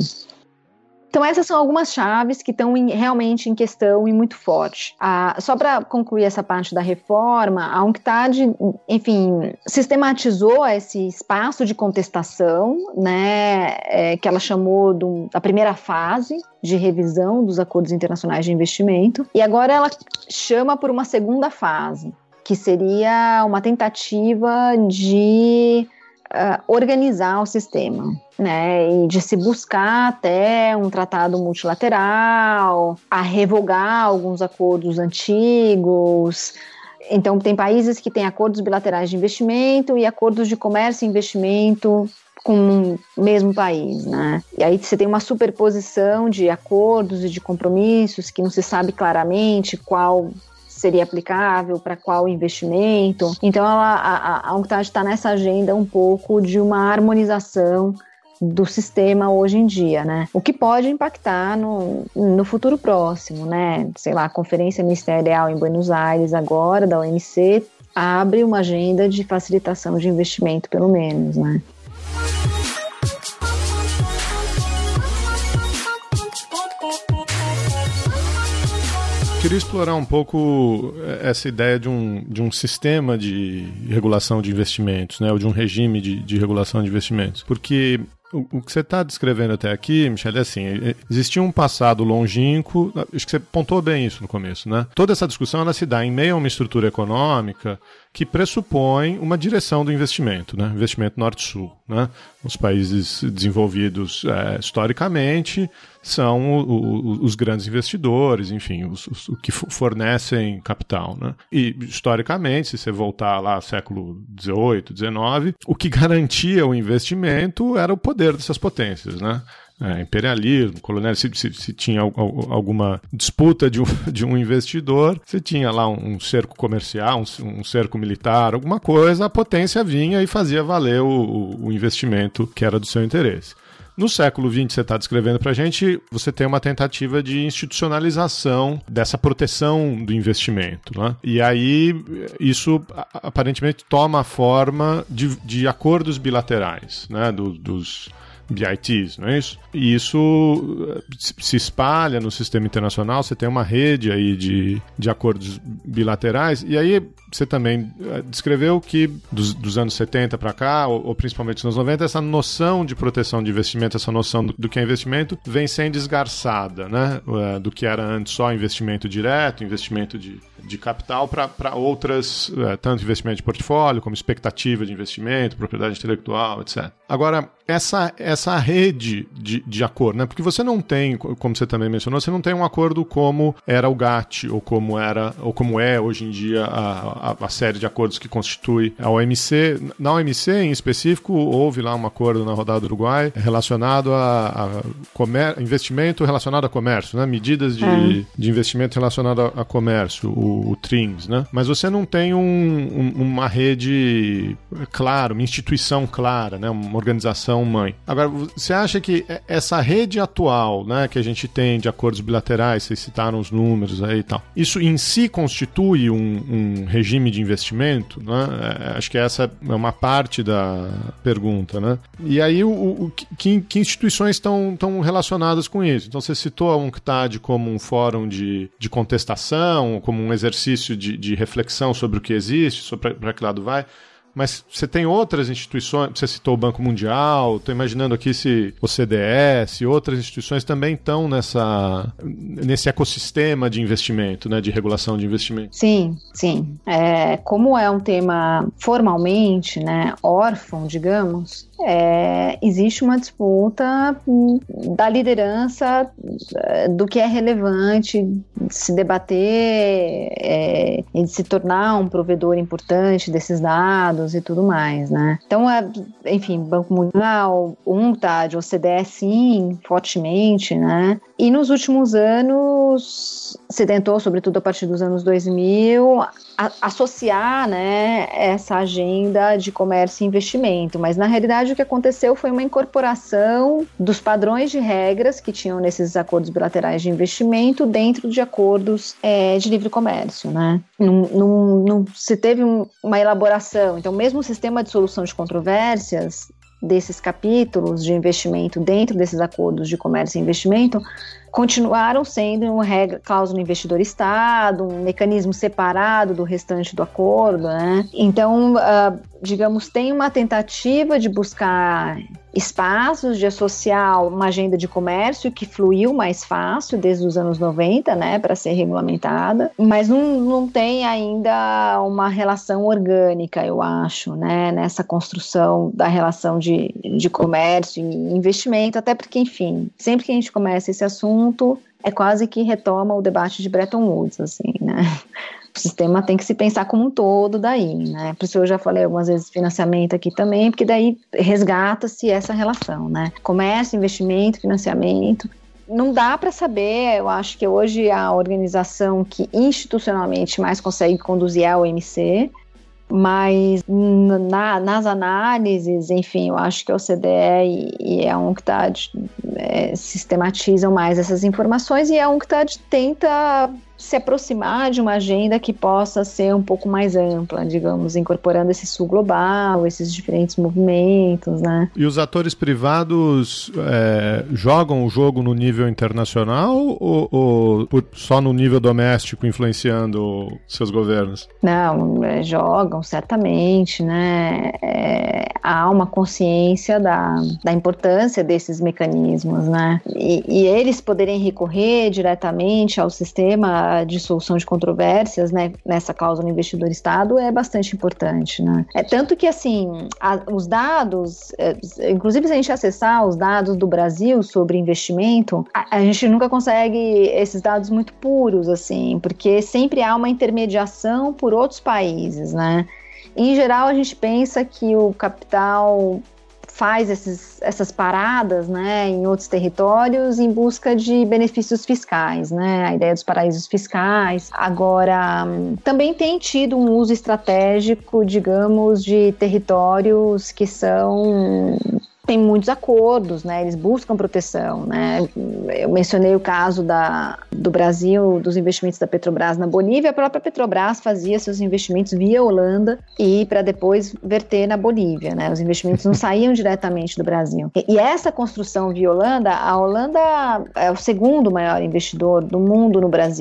Então essas são algumas chaves que estão em, realmente em questão e muito forte. Ah, só para concluir essa parte da reforma, a UNCTAD, enfim, sistematizou esse espaço de contestação, né, é, que ela chamou do, da primeira fase de revisão dos acordos internacionais de investimento, e agora ela chama por uma segunda fase, que seria uma tentativa de Uh, organizar o sistema, né, e de se buscar até um tratado multilateral, a revogar alguns acordos antigos. Então, tem países que têm acordos bilaterais de investimento e acordos de comércio e investimento com o mesmo país, né? E aí você tem uma superposição de acordos e de compromissos que não se sabe claramente qual seria aplicável para qual investimento. Então, ela, a, a UNCTAD está nessa agenda um pouco de uma harmonização do sistema hoje em dia, né? O que pode impactar no, no futuro próximo, né? Sei lá, a Conferência Ministerial em Buenos Aires agora, da O M C, abre uma agenda de facilitação de investimento, pelo menos, né? Queria explorar um pouco essa ideia de um, de um sistema de regulação de investimentos, né, ou de um regime de, de regulação de investimentos, porque o, o que você está descrevendo até aqui, Michele, é assim, existia um passado longínquo, acho que você pontuou bem isso no começo, né? Toda essa discussão ela se dá em meio a uma estrutura econômica que pressupõe uma direção do investimento, né? Investimento norte-sul, né? Os países desenvolvidos é, historicamente são o, o, os grandes investidores, enfim, os, os que fornecem capital, né? E, historicamente, se você voltar lá ao século dezoito, dezenove, o que garantia o investimento era o poder dessas potências, né? É, imperialismo, colonialismo, se, se, se tinha alguma disputa de um, de um investidor, se tinha lá um, um cerco comercial, um, um cerco militar, alguma coisa, a potência vinha e fazia valer o, o investimento que era do seu interesse. No século vinte, você está descrevendo para a gente, você tem uma tentativa de institucionalização dessa proteção do investimento, né? E aí, isso aparentemente toma a forma de, de acordos bilaterais, né? Do, dos B I Ts, não é isso? E isso se espalha no sistema internacional, você tem uma rede aí de, de acordos bilaterais, e aí você também descreveu que dos, dos anos setenta para cá, ou, ou principalmente dos anos noventa, essa noção de proteção de investimento, essa noção do, do que é investimento, vem sendo esgarçada, né? Do que era antes só investimento direto, investimento de, de capital, para outras, tanto investimento de portfólio, como expectativa de investimento, propriedade intelectual, etcétera. Agora, essa, essa rede de, de acordo, né? Porque você não tem, como você também mencionou, você não tem um acordo como era o GATT, ou como era, ou como é hoje em dia a, a, a série de acordos que constitui a O M C. Na O M C, em específico, houve lá um acordo na rodada do Uruguai relacionado a, a comer, investimento relacionado a comércio, né? Medidas de, é. de investimento relacionado a, a comércio, o, o TRIMS, né? Mas você não tem um, um, uma rede clara, uma instituição clara, né? Uma organização mãe. Agora, você acha que essa rede atual, né, que a gente tem de acordos bilaterais, vocês citaram os números aí e tal, isso em si constitui um, um regime de investimento, né? É, acho que essa é uma parte da pergunta, né? E aí, o, o, que, que instituições estão relacionadas com isso? Então, você citou a UNCTAD como um fórum de, de contestação, como um exercício de, de reflexão sobre o que existe, para que lado vai. Mas você tem outras instituições, você citou o Banco Mundial, estou imaginando aqui se o C D S e outras instituições também estão nessa, nesse ecossistema de investimento, né, de regulação de investimento. Sim, sim. É, como é um tema formalmente, né, órfão, digamos, é, existe uma disputa da liderança do que é relevante de se debater é, e de se tornar um provedor importante desses dados e tudo mais, né? Então, é, enfim, Banco Mundial, UNCTAD, o C D S, sim, fortemente, né? E nos últimos anos se tentou, sobretudo a partir dos anos dois mil, a, associar, né, essa agenda de comércio e investimento, mas na realidade o que aconteceu foi uma incorporação dos padrões de regras que tinham nesses acordos bilaterais de investimento dentro de acordos é, de livre comércio, né? Não, não, não se teve um, uma elaboração. Então, mesmo o sistema de solução de controvérsias desses capítulos de investimento dentro desses acordos de comércio e investimento continuaram sendo uma regra, cláusula investidor-estado, um mecanismo separado do restante do acordo, né? Então, uh, digamos, tem uma tentativa de buscar espaços, de associar uma agenda de comércio que fluiu mais fácil desde os anos noventa, né, para ser regulamentada, mas não, não tem ainda uma relação orgânica, eu acho, né, nessa construção da relação de, de comércio e investimento, até porque, enfim, sempre que a gente começa esse assunto, é quase que retoma o debate de Bretton Woods, assim, né? O sistema tem que se pensar como um todo daí, né? Por isso eu já falei algumas vezes financiamento aqui também, porque daí resgata-se essa relação, né? Comércio, investimento, financiamento. Não dá para saber, eu acho que hoje a organização que institucionalmente mais consegue conduzir é a O M C, mas na, nas análises, enfim, eu acho que a O C D E e a UNCTAD é, sistematizam mais essas informações e a UNCTAD tenta se aproximar de uma agenda que possa ser um pouco mais ampla, digamos, incorporando esse sul global, esses diferentes movimentos, né? E os atores privados é, jogam o jogo no nível internacional ou, ou só no nível doméstico, influenciando seus governos? Não, é, jogam, certamente, né? É, há uma consciência da, da importância desses mecanismos, né? E, e eles poderem recorrer diretamente ao sistema de solução de controvérsias, né, nessa cláusula investidor-estado é bastante importante, né? É tanto que, assim, a, os dados, é, inclusive se a gente acessar os dados do Brasil sobre investimento, a, a gente nunca consegue esses dados muito puros, assim, porque sempre há uma intermediação por outros países, né? Em geral, a gente pensa que o capital faz esses, essas paradas, né, em outros territórios em busca de benefícios fiscais, né, a ideia dos paraísos fiscais. Agora, também tem tido um uso estratégico, digamos, de territórios que são... tem muitos acordos, né? Eles buscam proteção, né? Eu mencionei o caso da, do Brasil, dos investimentos da Petrobras na Bolívia. A própria Petrobras fazia seus investimentos via Holanda e para depois verter na Bolívia, né? Os investimentos não saíam diretamente do Brasil. E, e essa construção via Holanda, a Holanda é o segundo maior investidor do mundo no Brasil.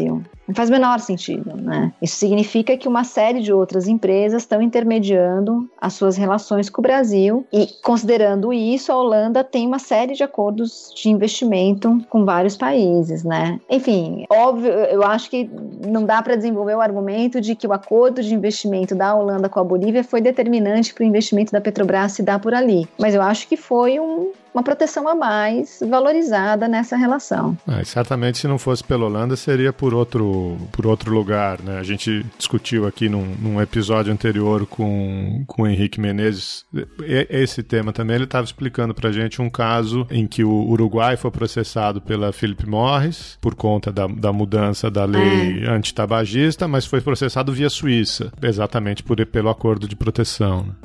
Não faz o menor sentido, né? Isso significa que uma série de outras empresas estão intermediando as suas relações com o Brasil e, considerando isso, a Holanda tem uma série de acordos de investimento com vários países, né? Enfim, óbvio, eu acho que não dá para desenvolver o argumento de que o acordo de investimento da Holanda com a Bolívia foi determinante para o investimento da Petrobras se dar por ali. Mas eu acho que foi um, uma proteção a mais valorizada nessa relação. Ah, certamente, se não fosse pela Holanda, seria por outro, por outro lugar, né? A gente discutiu aqui num, num episódio anterior com, com o Henrique Menezes esse tema também. Ele estava explicando pra gente um caso em que o Uruguai foi processado pela Philip Morris por conta da, da mudança da lei é. antitabagista, mas foi processado via Suíça, exatamente por, pelo acordo de proteção, né?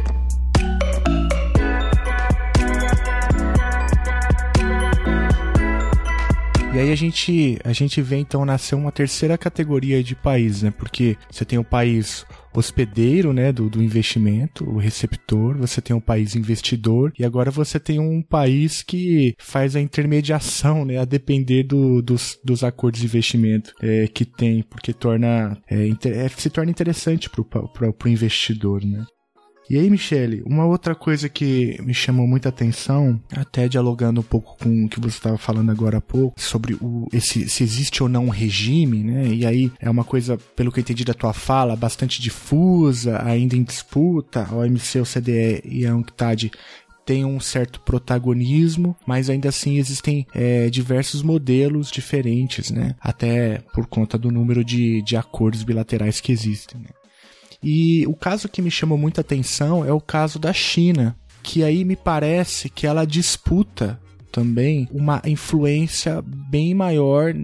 E aí a gente, a gente vê então nascer uma terceira categoria de país, né? Porque você tem o país hospedeiro, né, do, do investimento, o receptor, você tem um país investidor e agora você tem um país que faz a intermediação, né, a depender do, dos, dos acordos de investimento é, que tem, porque torna, é, inter, se torna interessante para o investidor, né? E aí, Michele, uma outra coisa que me chamou muita atenção, até dialogando um pouco com o que você estava falando agora há pouco, sobre o, esse, se existe ou não um regime, né? E aí é uma coisa, pelo que eu entendi da tua fala, bastante difusa, ainda em disputa. A O M C, o C D E e a UNCTAD tem um certo protagonismo, mas ainda assim existem é, diversos modelos diferentes, né? Até por conta do número de, de acordos bilaterais que existem, né? E o caso que me chamou muita atenção é o caso da China, que aí me parece que ela disputa também uma influência bem maior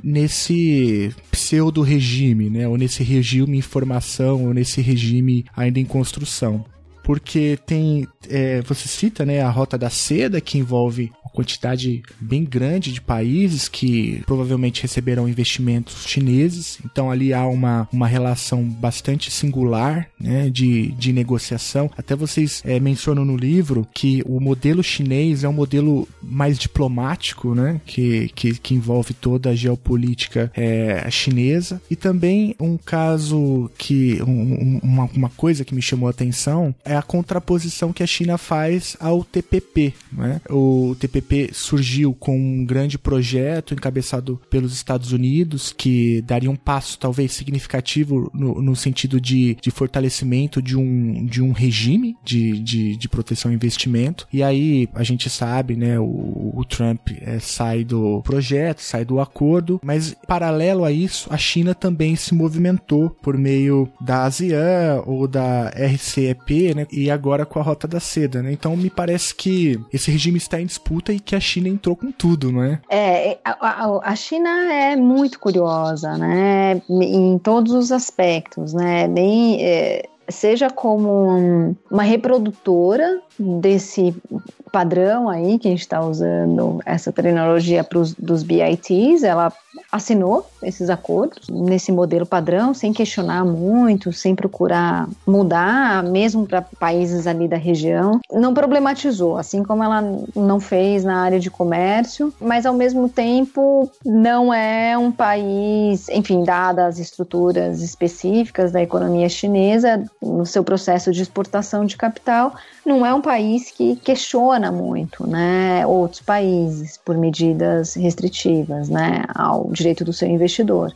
nesse pseudo-regime, né? Ou nesse regime em formação, ou nesse regime ainda em construção. Porque tem, é, você cita, né, a Rota da Seda, que envolve uma quantidade bem grande de países que provavelmente receberão investimentos chineses. Então ali há uma, uma relação bastante singular, né, de, de negociação. Até vocês é, mencionam no livro que o modelo chinês é um modelo mais diplomático, né, que, que, que envolve toda a geopolítica é, chinesa. E também um caso que, um, uma, uma coisa que me chamou a atenção é a contraposição que a China faz ao T P P, né? O T P P surgiu com um grande projeto encabeçado pelos Estados Unidos que daria um passo talvez significativo no, no sentido de, de fortalecimento de um, de um regime de, de, de proteção ao investimento. E aí a gente sabe, né, o, o Trump é, sai do projeto, sai do acordo, mas paralelo a isso, a China também se movimentou por meio da ASEAN ou da R C E P, né? E agora com a Rota da Seda, né? Então me parece que esse regime está em disputa e que a China entrou com tudo, não é? É, a, a China é muito curiosa, né? Em todos os aspectos, né? Nem, é, seja como um, uma reprodutora desse padrão aí que a gente está usando, essa terminologia pros, dos B I Ts, ela assinou esses acordos nesse modelo padrão, sem questionar muito, sem procurar mudar, mesmo para países ali da região. Não problematizou, assim como ela não fez na área de comércio, mas ao mesmo tempo não é um país, enfim, dadas as estruturas específicas da economia chinesa, no seu processo de exportação de capital, não é um país que questiona muito, né, outros países por medidas restritivas, né, ao direito do seu investidor.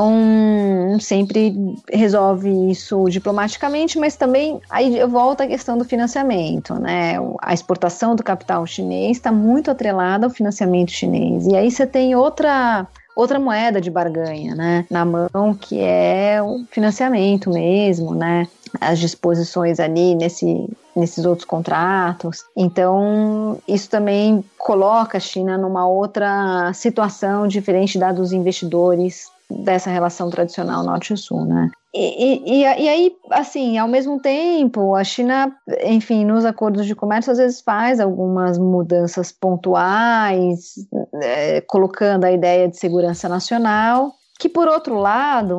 Então, sempre resolve isso diplomaticamente, mas também aí eu volto à questão do financiamento, né, a exportação do capital chinês está muito atrelada ao financiamento chinês, e aí você tem outra... outra moeda de barganha, né, na mão, que é o financiamento mesmo, né, as disposições ali nesse, nesses outros contratos. Então, isso também coloca a China numa outra situação diferente da dos investidores dessa relação tradicional norte-sul, né. E, e, e aí, assim, ao mesmo tempo, a China, enfim, nos acordos de comércio, às vezes faz algumas mudanças pontuais, é, colocando a ideia de segurança nacional, que, por outro lado,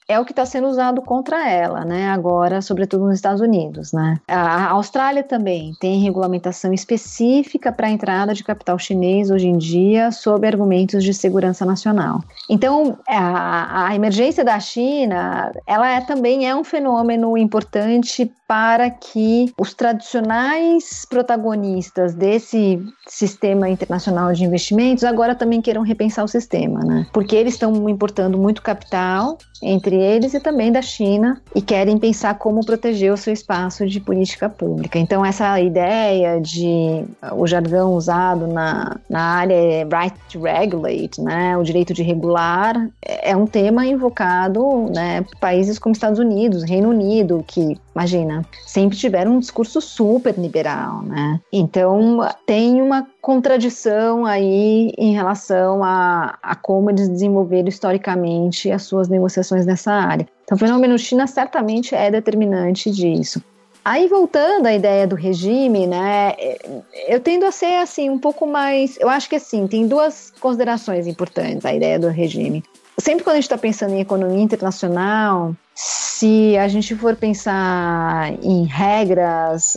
é o que está sendo usado contra ela, né? Agora, sobretudo nos Estados Unidos, né? A Austrália também tem regulamentação específica para a entrada de capital chinês hoje em dia, sob argumentos de segurança nacional. Então, a, a emergência da China, ela é, também é um fenômeno importante para que os tradicionais protagonistas desse sistema internacional de investimentos agora também queiram repensar o sistema, né? Porque eles estão importando muito capital entre eles e também da China e querem pensar como proteger o seu espaço de política pública. Então, essa ideia de o jargão usado na, na área é right to regulate, né? O direito de regular é um tema invocado, né, por países como Estados Unidos, Reino Unido, que, imagina, sempre tiveram um discurso super liberal, né? Então, tem uma contradição aí em relação a, a como eles desenvolveram historicamente as suas negociações nessa área. Então, o fenômeno China certamente é determinante disso. Aí, voltando à ideia do regime, né, eu tendo a ser, assim, um pouco mais... Eu acho que, assim, tem duas considerações importantes a ideia do regime. Sempre quando a gente está pensando em economia internacional, se a gente for pensar em regras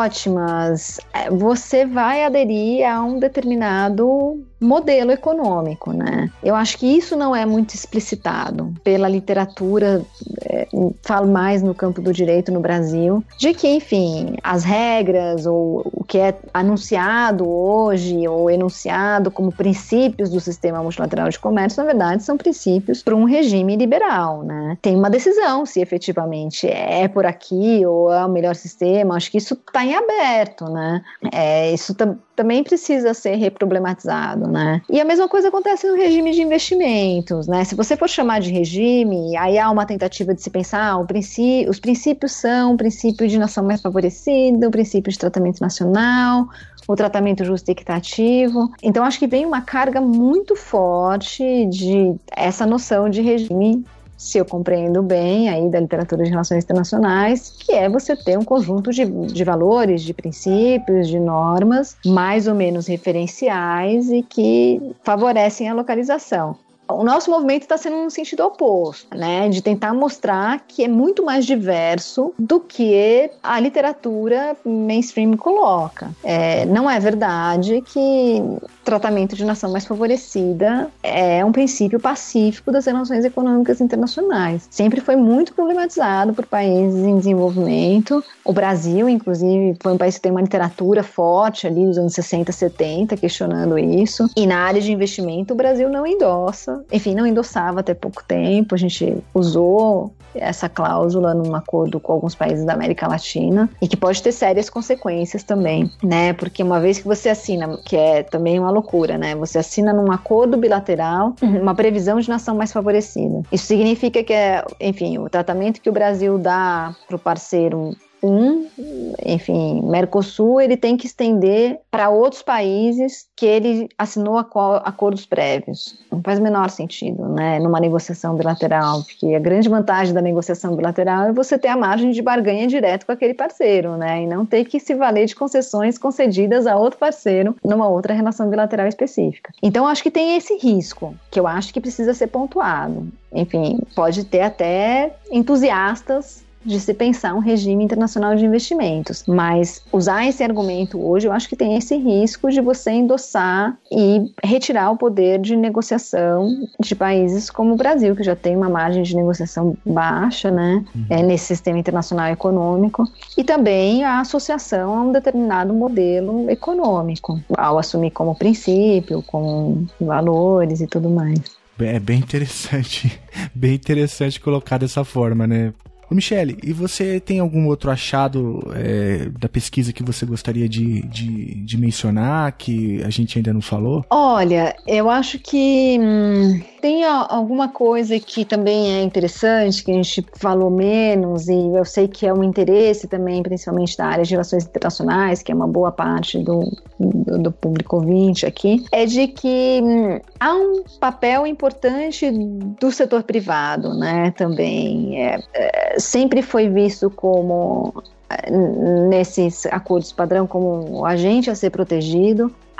ótimas, você vai aderir a um determinado modelo econômico, né? Eu acho que isso não é muito explicitado pela literatura, é, falo mais no campo do direito no Brasil, de que, enfim, as regras ou o que é anunciado hoje ou enunciado como princípios do sistema multilateral de comércio, na verdade, são princípios para um regime liberal, né? Tem uma decisão se efetivamente é por aqui ou é o melhor sistema. Acho que isso está em aberto, né? É, isso tam- também precisa ser reproblematizado, né? E a mesma coisa acontece no regime de investimentos, né? Se você for chamar de regime, aí há uma tentativa de se pensar, ah, o princípio, os princípios são o princípio de nação mais favorecida, o princípio de tratamento nacional, o tratamento justo e equitativo. Então, acho que vem uma carga muito forte de essa noção de regime, se eu compreendo bem, aí da literatura de relações internacionais, que é você ter um conjunto de, de valores, de princípios, de normas, mais ou menos referenciais e que favorecem a localização. O nosso movimento está sendo no sentido oposto, né? De tentar mostrar que é muito mais diverso do que a literatura mainstream coloca. É, não é verdade que tratamento de nação mais favorecida é um princípio pacífico das relações econômicas internacionais. Sempre foi muito problematizado por países em desenvolvimento. O Brasil, inclusive, foi um país que tem uma literatura forte ali nos anos sessenta, setenta, questionando isso. E na área de investimento, o Brasil não endossa. Enfim, não endossava até pouco tempo. A gente usou essa cláusula num acordo com alguns países da América Latina e que pode ter sérias consequências também, né? Porque uma vez que você assina, que é também uma loucura, né? Você assina num acordo bilateral uma previsão de nação mais favorecida. Isso significa que, é, enfim, o tratamento que o Brasil dá para o parceiro Um, enfim, Mercosul, ele tem que estender para outros países que ele assinou acordos prévios. Não faz o menor sentido, né, numa negociação bilateral, porque a grande vantagem da negociação bilateral é você ter a margem de barganha direto com aquele parceiro, né, e não ter que se valer de concessões concedidas a outro parceiro numa outra relação bilateral específica. Então, acho que tem esse risco, que eu acho que precisa ser pontuado. Enfim, pode ter até entusiastas de se pensar um regime internacional de investimentos, mas usar esse argumento hoje, eu acho que tem esse risco de você endossar e retirar o poder de negociação de países como o Brasil, que já tem uma margem de negociação baixa, né, uhum. é, nesse sistema internacional econômico, e também a associação a um determinado modelo econômico, ao assumir como princípio, como valores e tudo mais. É bem interessante, bem interessante colocar dessa forma, né? Ô Michele, e você tem algum outro achado é, da pesquisa que você gostaria de, de, de mencionar, que a gente ainda não falou? Olha, eu acho que hum, tem alguma coisa que também é interessante, que a gente falou menos, e eu sei que é um interesse também, principalmente da área de relações internacionais, que é uma boa parte do, do, do público ouvinte aqui, é de que hum, há um papel importante do setor privado, né, também. É, é, sempre foi visto como, nesses acordos padrão, como um agente a ser protegido.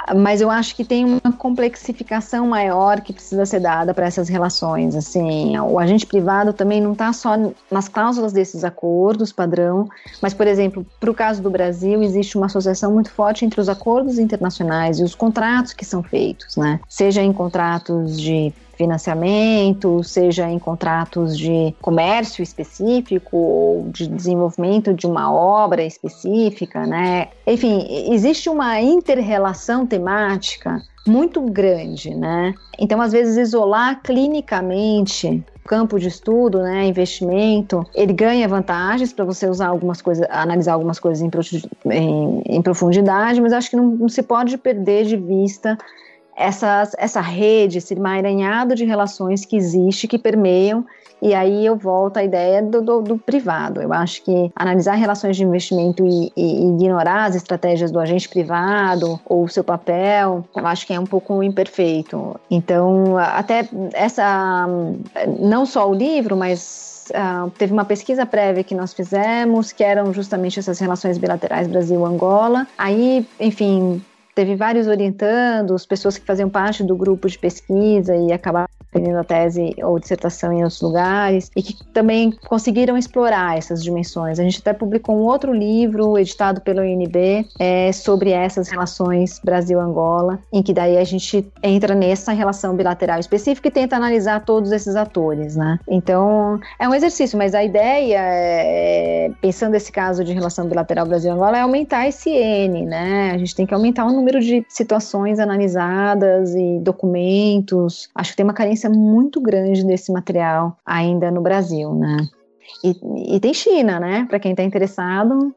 mas eu acho que tem uma complexificação maior que precisa ser dada para essas relações. Assim, o agente privado também não está só nas cláusulas desses acordos padrão, mas, por exemplo, para o caso do Brasil, existe uma associação muito forte entre os acordos internacionais e os contratos que são feitos, né? Seja em contratos de financiamento, seja em contratos de comércio específico ou de desenvolvimento de uma obra específica, né? Enfim, existe uma inter-relação temática muito grande, né? Então, às vezes, isolar clinicamente o campo de estudo, né, investimento, ele ganha vantagens para você usar algumas coisas, analisar algumas coisas em, em, em profundidade, mas acho que não, não se pode perder de vista Essas, essa rede, esse emaranhado de relações que existe, que permeiam, e aí eu volto à ideia do, do, do privado. Eu acho que analisar relações de investimento e, e ignorar as estratégias do agente privado ou o seu papel, eu acho que é um pouco imperfeito. Então, até essa, não só o livro, mas uh, teve uma pesquisa prévia que nós fizemos, que eram justamente essas relações bilaterais Brasil-Angola. Aí, enfim, teve vários orientandos, pessoas que faziam parte do grupo de pesquisa e acabaram defendendo a tese ou dissertação em outros lugares e que também conseguiram explorar essas dimensões. A gente até publicou um outro livro editado pela U N B é, sobre essas relações Brasil-Angola, em que daí a gente entra nessa relação bilateral específica e tenta analisar todos esses atores, né? Então, é um exercício, mas a ideia, é, pensando nesse caso de relação bilateral Brasil-Angola, é aumentar esse N, né? A gente tem que aumentar o número de situações analisadas e documentos. Acho que tem uma carência muito grande desse material ainda no Brasil, né? E, e tem China, né? Para quem está interessado,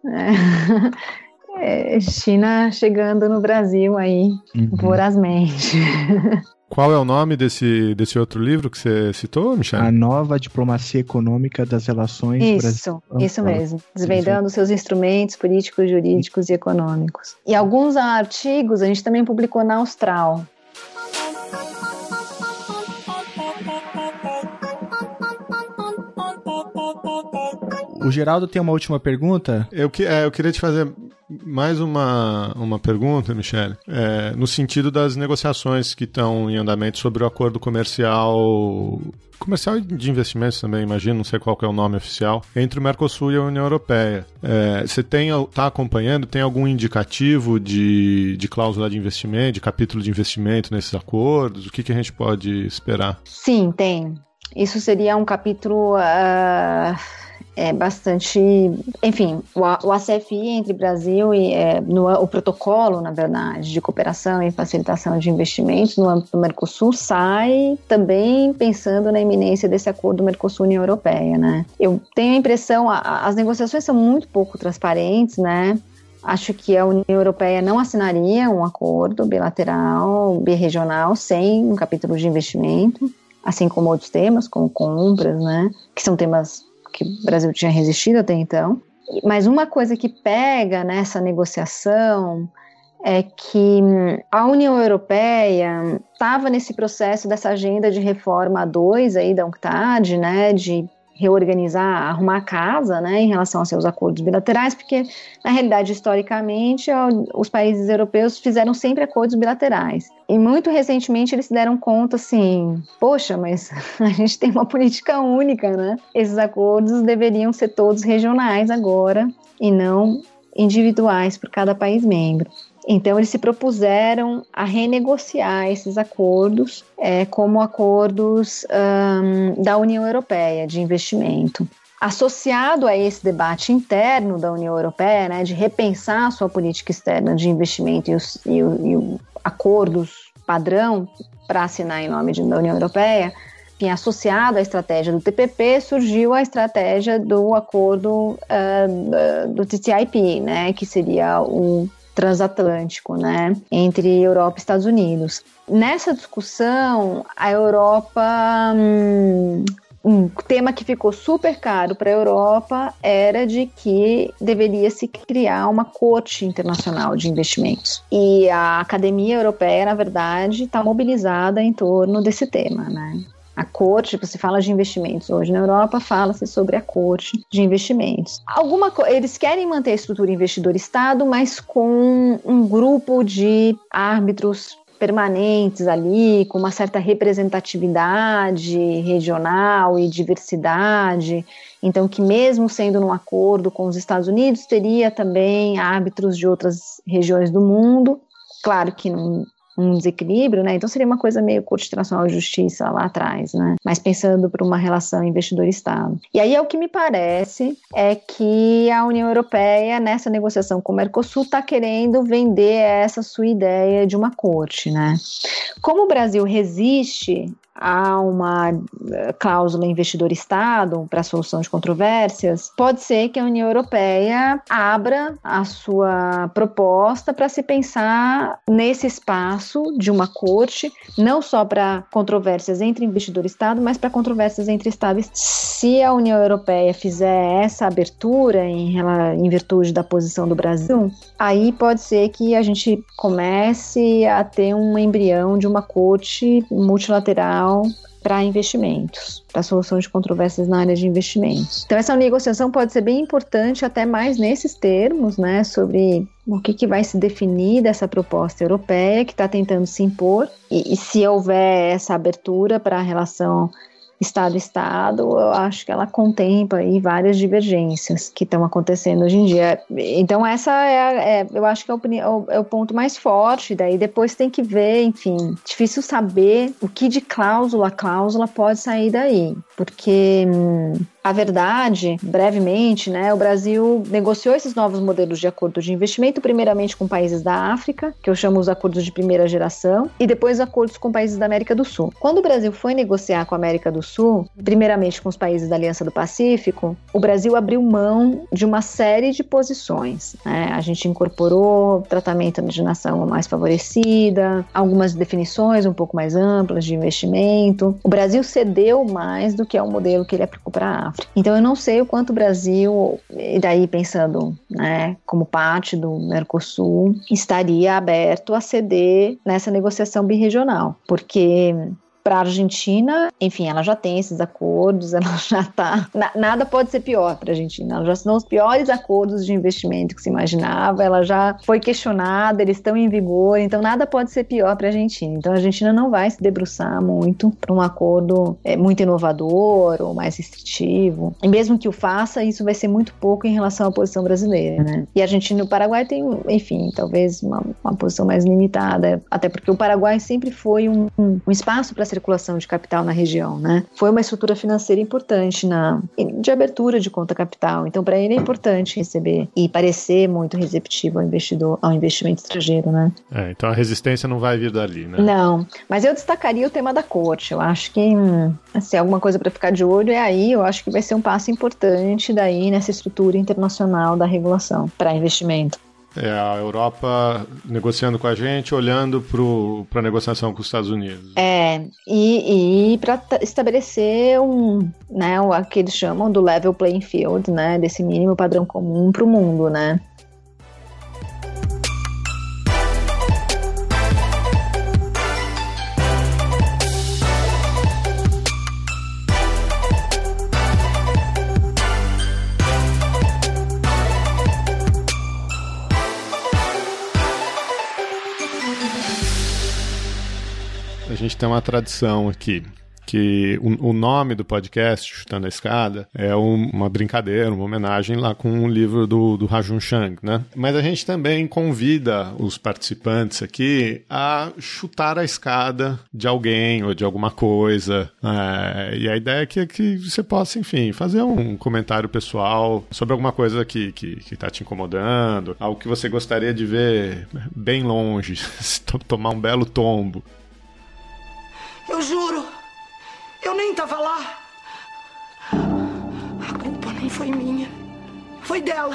é, é China chegando no Brasil aí, uhum. vorazmente. Qual é o nome desse, desse outro livro que você citou, Michele? A Nova Diplomacia Econômica das Relações Isso, Brasil... isso mesmo. Desvendando isso. seus instrumentos políticos, jurídicos e econômicos. E alguns artigos a gente também publicou na Austral. O Geraldo tem uma última pergunta? Eu, que, é, eu queria te fazer mais uma, uma pergunta, Michele, é, no sentido das negociações que estão em andamento sobre o acordo comercial, comercial e de investimentos também, imagino, não sei qual que é o nome oficial, entre o Mercosul e a União Europeia. É, você está acompanhando, tem algum indicativo de, de cláusula de investimento, de capítulo de investimento nesses acordos? O que, que a gente pode esperar? Sim, tem. Isso seria um capítulo... Uh... É bastante, enfim, o, o A C F I entre Brasil e é, no, o protocolo, na verdade, de cooperação e facilitação de investimentos no âmbito do Mercosul sai também pensando na iminência desse acordo Mercosul-União Europeia, né? Eu tenho a impressão, a, as negociações são muito pouco transparentes, né? Acho que a União Europeia não assinaria um acordo bilateral, birregional, sem um capítulo de investimento, assim como outros temas, como compras, né? Que são temas que o Brasil tinha resistido até então. Mas uma coisa que pega nessa negociação é que a União Europeia estava nesse processo dessa agenda de reforma a dois aí da UNCTAD, né, de reorganizar, arrumar a casa, né, em relação aos seus acordos bilaterais, porque, na realidade, historicamente, os países europeus fizeram sempre acordos bilaterais. E, muito recentemente, eles se deram conta, assim, poxa, mas a gente tem uma política única, né? Esses acordos deveriam ser todos regionais agora e não individuais por cada país membro. Então, eles se propuseram a renegociar esses acordos é, como acordos um, da União Europeia de investimento. Associado a esse debate interno da União Europeia, né, de repensar a sua política externa de investimento e os, e, e os acordos padrão para assinar em nome de, da União Europeia, enfim, associado à estratégia do T P P, surgiu a estratégia do acordo uh, do T T I P, né, que seria o transatlântico, né, entre Europa e Estados Unidos. Nessa discussão, a Europa, hum, um tema que ficou super caro para a Europa era de que deveria se criar uma corte internacional de investimentos. E a Academia Europeia, na verdade, está mobilizada em torno desse tema, né. A corte, você fala de investimentos hoje na Europa, fala-se sobre a corte de investimentos. Alguma co- eles querem manter a estrutura investidor-Estado, mas com um grupo de árbitros permanentes ali, com uma certa representatividade regional e diversidade. Então, que mesmo sendo num acordo com os Estados Unidos, teria também árbitros de outras regiões do mundo. Claro que num, num desequilíbrio, né? Então seria uma coisa meio Corte Internacional de Justiça lá atrás, né? Mas pensando por uma relação investidor-Estado. E aí, é o que me parece é que a União Europeia, nessa negociação com o Mercosul, está querendo vender essa sua ideia de uma corte, né? Como o Brasil resiste a uma cláusula investidor-Estado para a solução de controvérsias, pode ser que a União Europeia abra a sua proposta para se pensar nesse espaço de uma corte, não só para controvérsias entre investidor e Estado, mas para controvérsias entre Estado e Estado. Se a União Europeia fizer essa abertura em, em virtude da posição do Brasil, aí pode ser que a gente comece a ter um embrião de uma corte multilateral para investimentos, para solução de controvérsias na área de investimentos. Então essa negociação pode ser bem importante, até mais nesses termos, né, sobre o que, que vai se definir dessa proposta europeia que está tentando se impor, e, e se houver essa abertura para a relação Estado-Estado, eu acho que ela contempla aí várias divergências que estão acontecendo hoje em dia. Então essa é, a, é eu acho que é o, é o ponto mais forte, daí depois tem que ver, enfim, difícil saber o que de cláusula a cláusula pode sair daí, porque hum, a verdade, brevemente, né, o Brasil negociou esses novos modelos de acordo de investimento, primeiramente com países da África, que eu chamo os acordos de primeira geração, e depois acordos com países da América do Sul. Quando o Brasil foi negociar com a América do Sul, primeiramente com os países da Aliança do Pacífico, o Brasil abriu mão de uma série de posições, né? A gente incorporou tratamento de nação mais favorecida, algumas definições um pouco mais amplas de investimento. O Brasil cedeu mais do que é o modelo que ele aplicou para a África. Então eu não sei o quanto o Brasil, e daí pensando, né, como parte do Mercosul, estaria aberto a ceder nessa negociação birregional, porque para a Argentina, enfim, ela já tem esses acordos, ela já está... Na, nada pode ser pior para a Argentina, ela já são os piores acordos de investimento que se imaginava, ela já foi questionada, eles estão em vigor, então nada pode ser pior para a Argentina. Então a Argentina não vai se debruçar muito para um acordo é, muito inovador ou mais restritivo, e mesmo que o faça, isso vai ser muito pouco em relação à posição brasileira, né? E a Argentina e o Paraguai têm, enfim, talvez uma, uma posição mais limitada, até porque o Paraguai sempre foi um, um, um espaço para circulação de capital na região, né? Foi uma estrutura financeira importante na, de abertura de conta capital, então para ele é importante receber e parecer muito receptivo ao investidor, ao investimento estrangeiro, né? É, então a resistência não vai vir dali, né? Não, mas eu destacaria o tema da corte, eu acho que hum, assim, alguma coisa para ficar de olho é aí, eu acho que vai ser um passo importante daí nessa estrutura internacional da regulação para investimento. É a Europa negociando com a gente, olhando para a negociação com os Estados Unidos. É, e, e para estabelecer um, né, o que eles chamam do level playing field, né, desse mínimo padrão comum para o mundo, né. A gente tem uma tradição aqui, que o, o nome do podcast, Chutando a Escada, é um, uma brincadeira, uma homenagem lá com um livro do, do Rajun Chang, né? Mas a gente também convida os participantes aqui a chutar a escada de alguém ou de alguma coisa. É, e a ideia aqui é que você possa, enfim, fazer um comentário pessoal sobre alguma coisa que, que, que tá te incomodando, algo que você gostaria de ver bem longe, tomar um belo tombo. Eu juro, eu nem tava lá. A culpa nem foi minha, foi dela.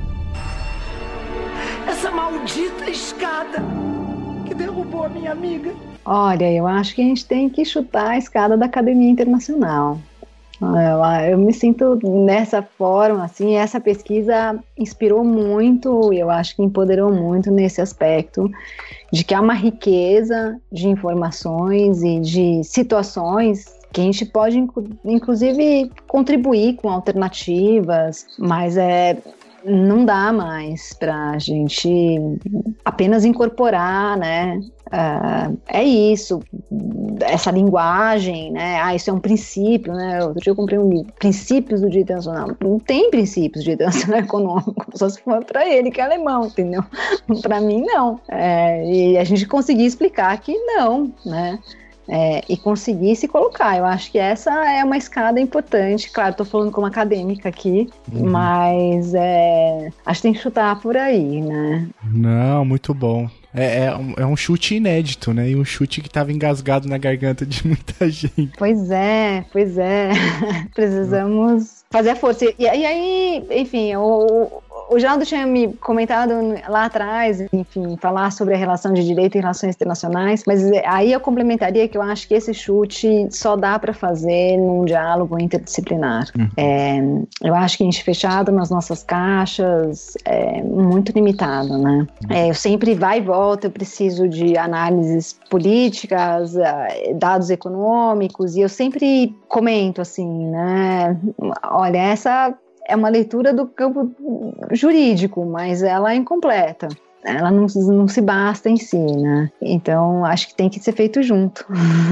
Essa maldita escada que derrubou a minha amiga. Olha, eu acho que a gente tem que chutar a escada da Academia Internacional. Eu, eu me sinto nessa forma, assim, essa pesquisa inspirou muito, e eu acho que empoderou muito nesse aspecto de que há uma riqueza de informações e de situações que a gente pode, inclusive, contribuir com alternativas, mas é... não dá mais para a gente apenas incorporar, né? Uh, é isso, essa linguagem, né? Ah, isso é um princípio, né? Outro dia eu comprei um livro, Princípios do Direito Internacional. Não tem princípios de direito internacional econômico, só se for para ele, que é alemão, entendeu? Para mim, não. É, e a gente conseguir explicar que não, né? É, e conseguir se colocar. Eu acho que essa é uma escada importante. Claro, estou falando como acadêmica aqui, uhum. mas é, acho que tem que chutar por aí, né? Não, muito bom. É, é, um, é um chute inédito, né? E um chute que estava engasgado na garganta de muita gente. Pois é, pois é. Precisamos fazer a força. E, e aí, enfim, o... O Geraldo tinha me comentado lá atrás, enfim, falar sobre a relação de direito e relações internacionais, mas aí eu complementaria que eu acho que esse chute só dá para fazer num diálogo interdisciplinar. Uhum. É, eu acho que a gente fechado nas nossas caixas é muito limitado, né? É, eu sempre vai e volta, eu preciso de análises políticas, dados econômicos, e eu sempre comento assim, né? Olha, essa... é uma leitura do campo jurídico, mas ela é incompleta. Ela não, não se basta em si, né? Então, acho que tem que ser feito junto.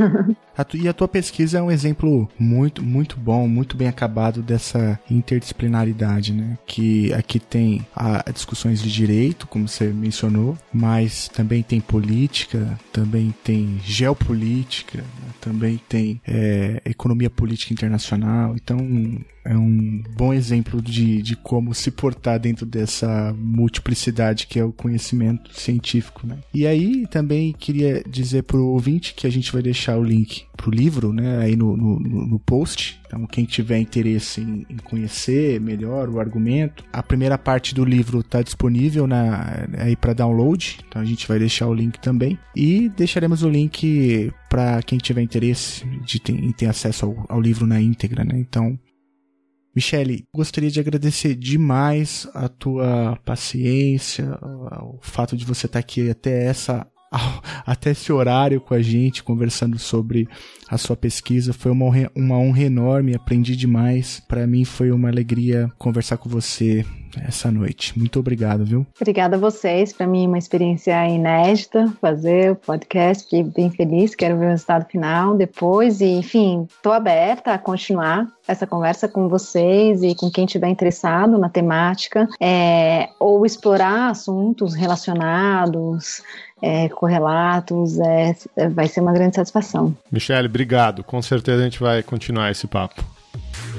A tu, e a tua pesquisa é um exemplo muito, muito bom, muito bem acabado dessa interdisciplinaridade, né? Que aqui tem a, a discussões de direito, como você mencionou, mas também tem política, também tem geopolítica, né? Também tem é, economia política internacional. Então, é um bom exemplo de, de como se portar dentro dessa multiplicidade que é o conhecimento científico, né? E aí, também queria dizer pro ouvinte que a gente vai deixar o link pro livro, né, aí no, no, no post. Então, quem tiver interesse em, em conhecer melhor o argumento, a primeira parte do livro está disponível na, aí para download, então a gente vai deixar o link também. E deixaremos o link para quem tiver interesse de ter, em ter acesso ao, ao livro na íntegra, né? Então, Michele, gostaria de agradecer demais a tua paciência, o fato de você estar aqui até essa até esse horário com a gente, conversando sobre a sua pesquisa. Foi uma honra, uma honra enorme, aprendi demais. Para mim foi uma alegria conversar com você essa noite. Muito obrigado, viu? Obrigada a vocês. Para mim é uma experiência inédita fazer o podcast. Fiquei bem feliz, quero ver o resultado final depois. E, enfim, estou aberta a continuar essa conversa com vocês e com quem estiver interessado na temática, é, ou explorar assuntos relacionados, é, correlatos, é, vai ser uma grande satisfação. Michele, obrigado. Com certeza a gente vai continuar esse papo.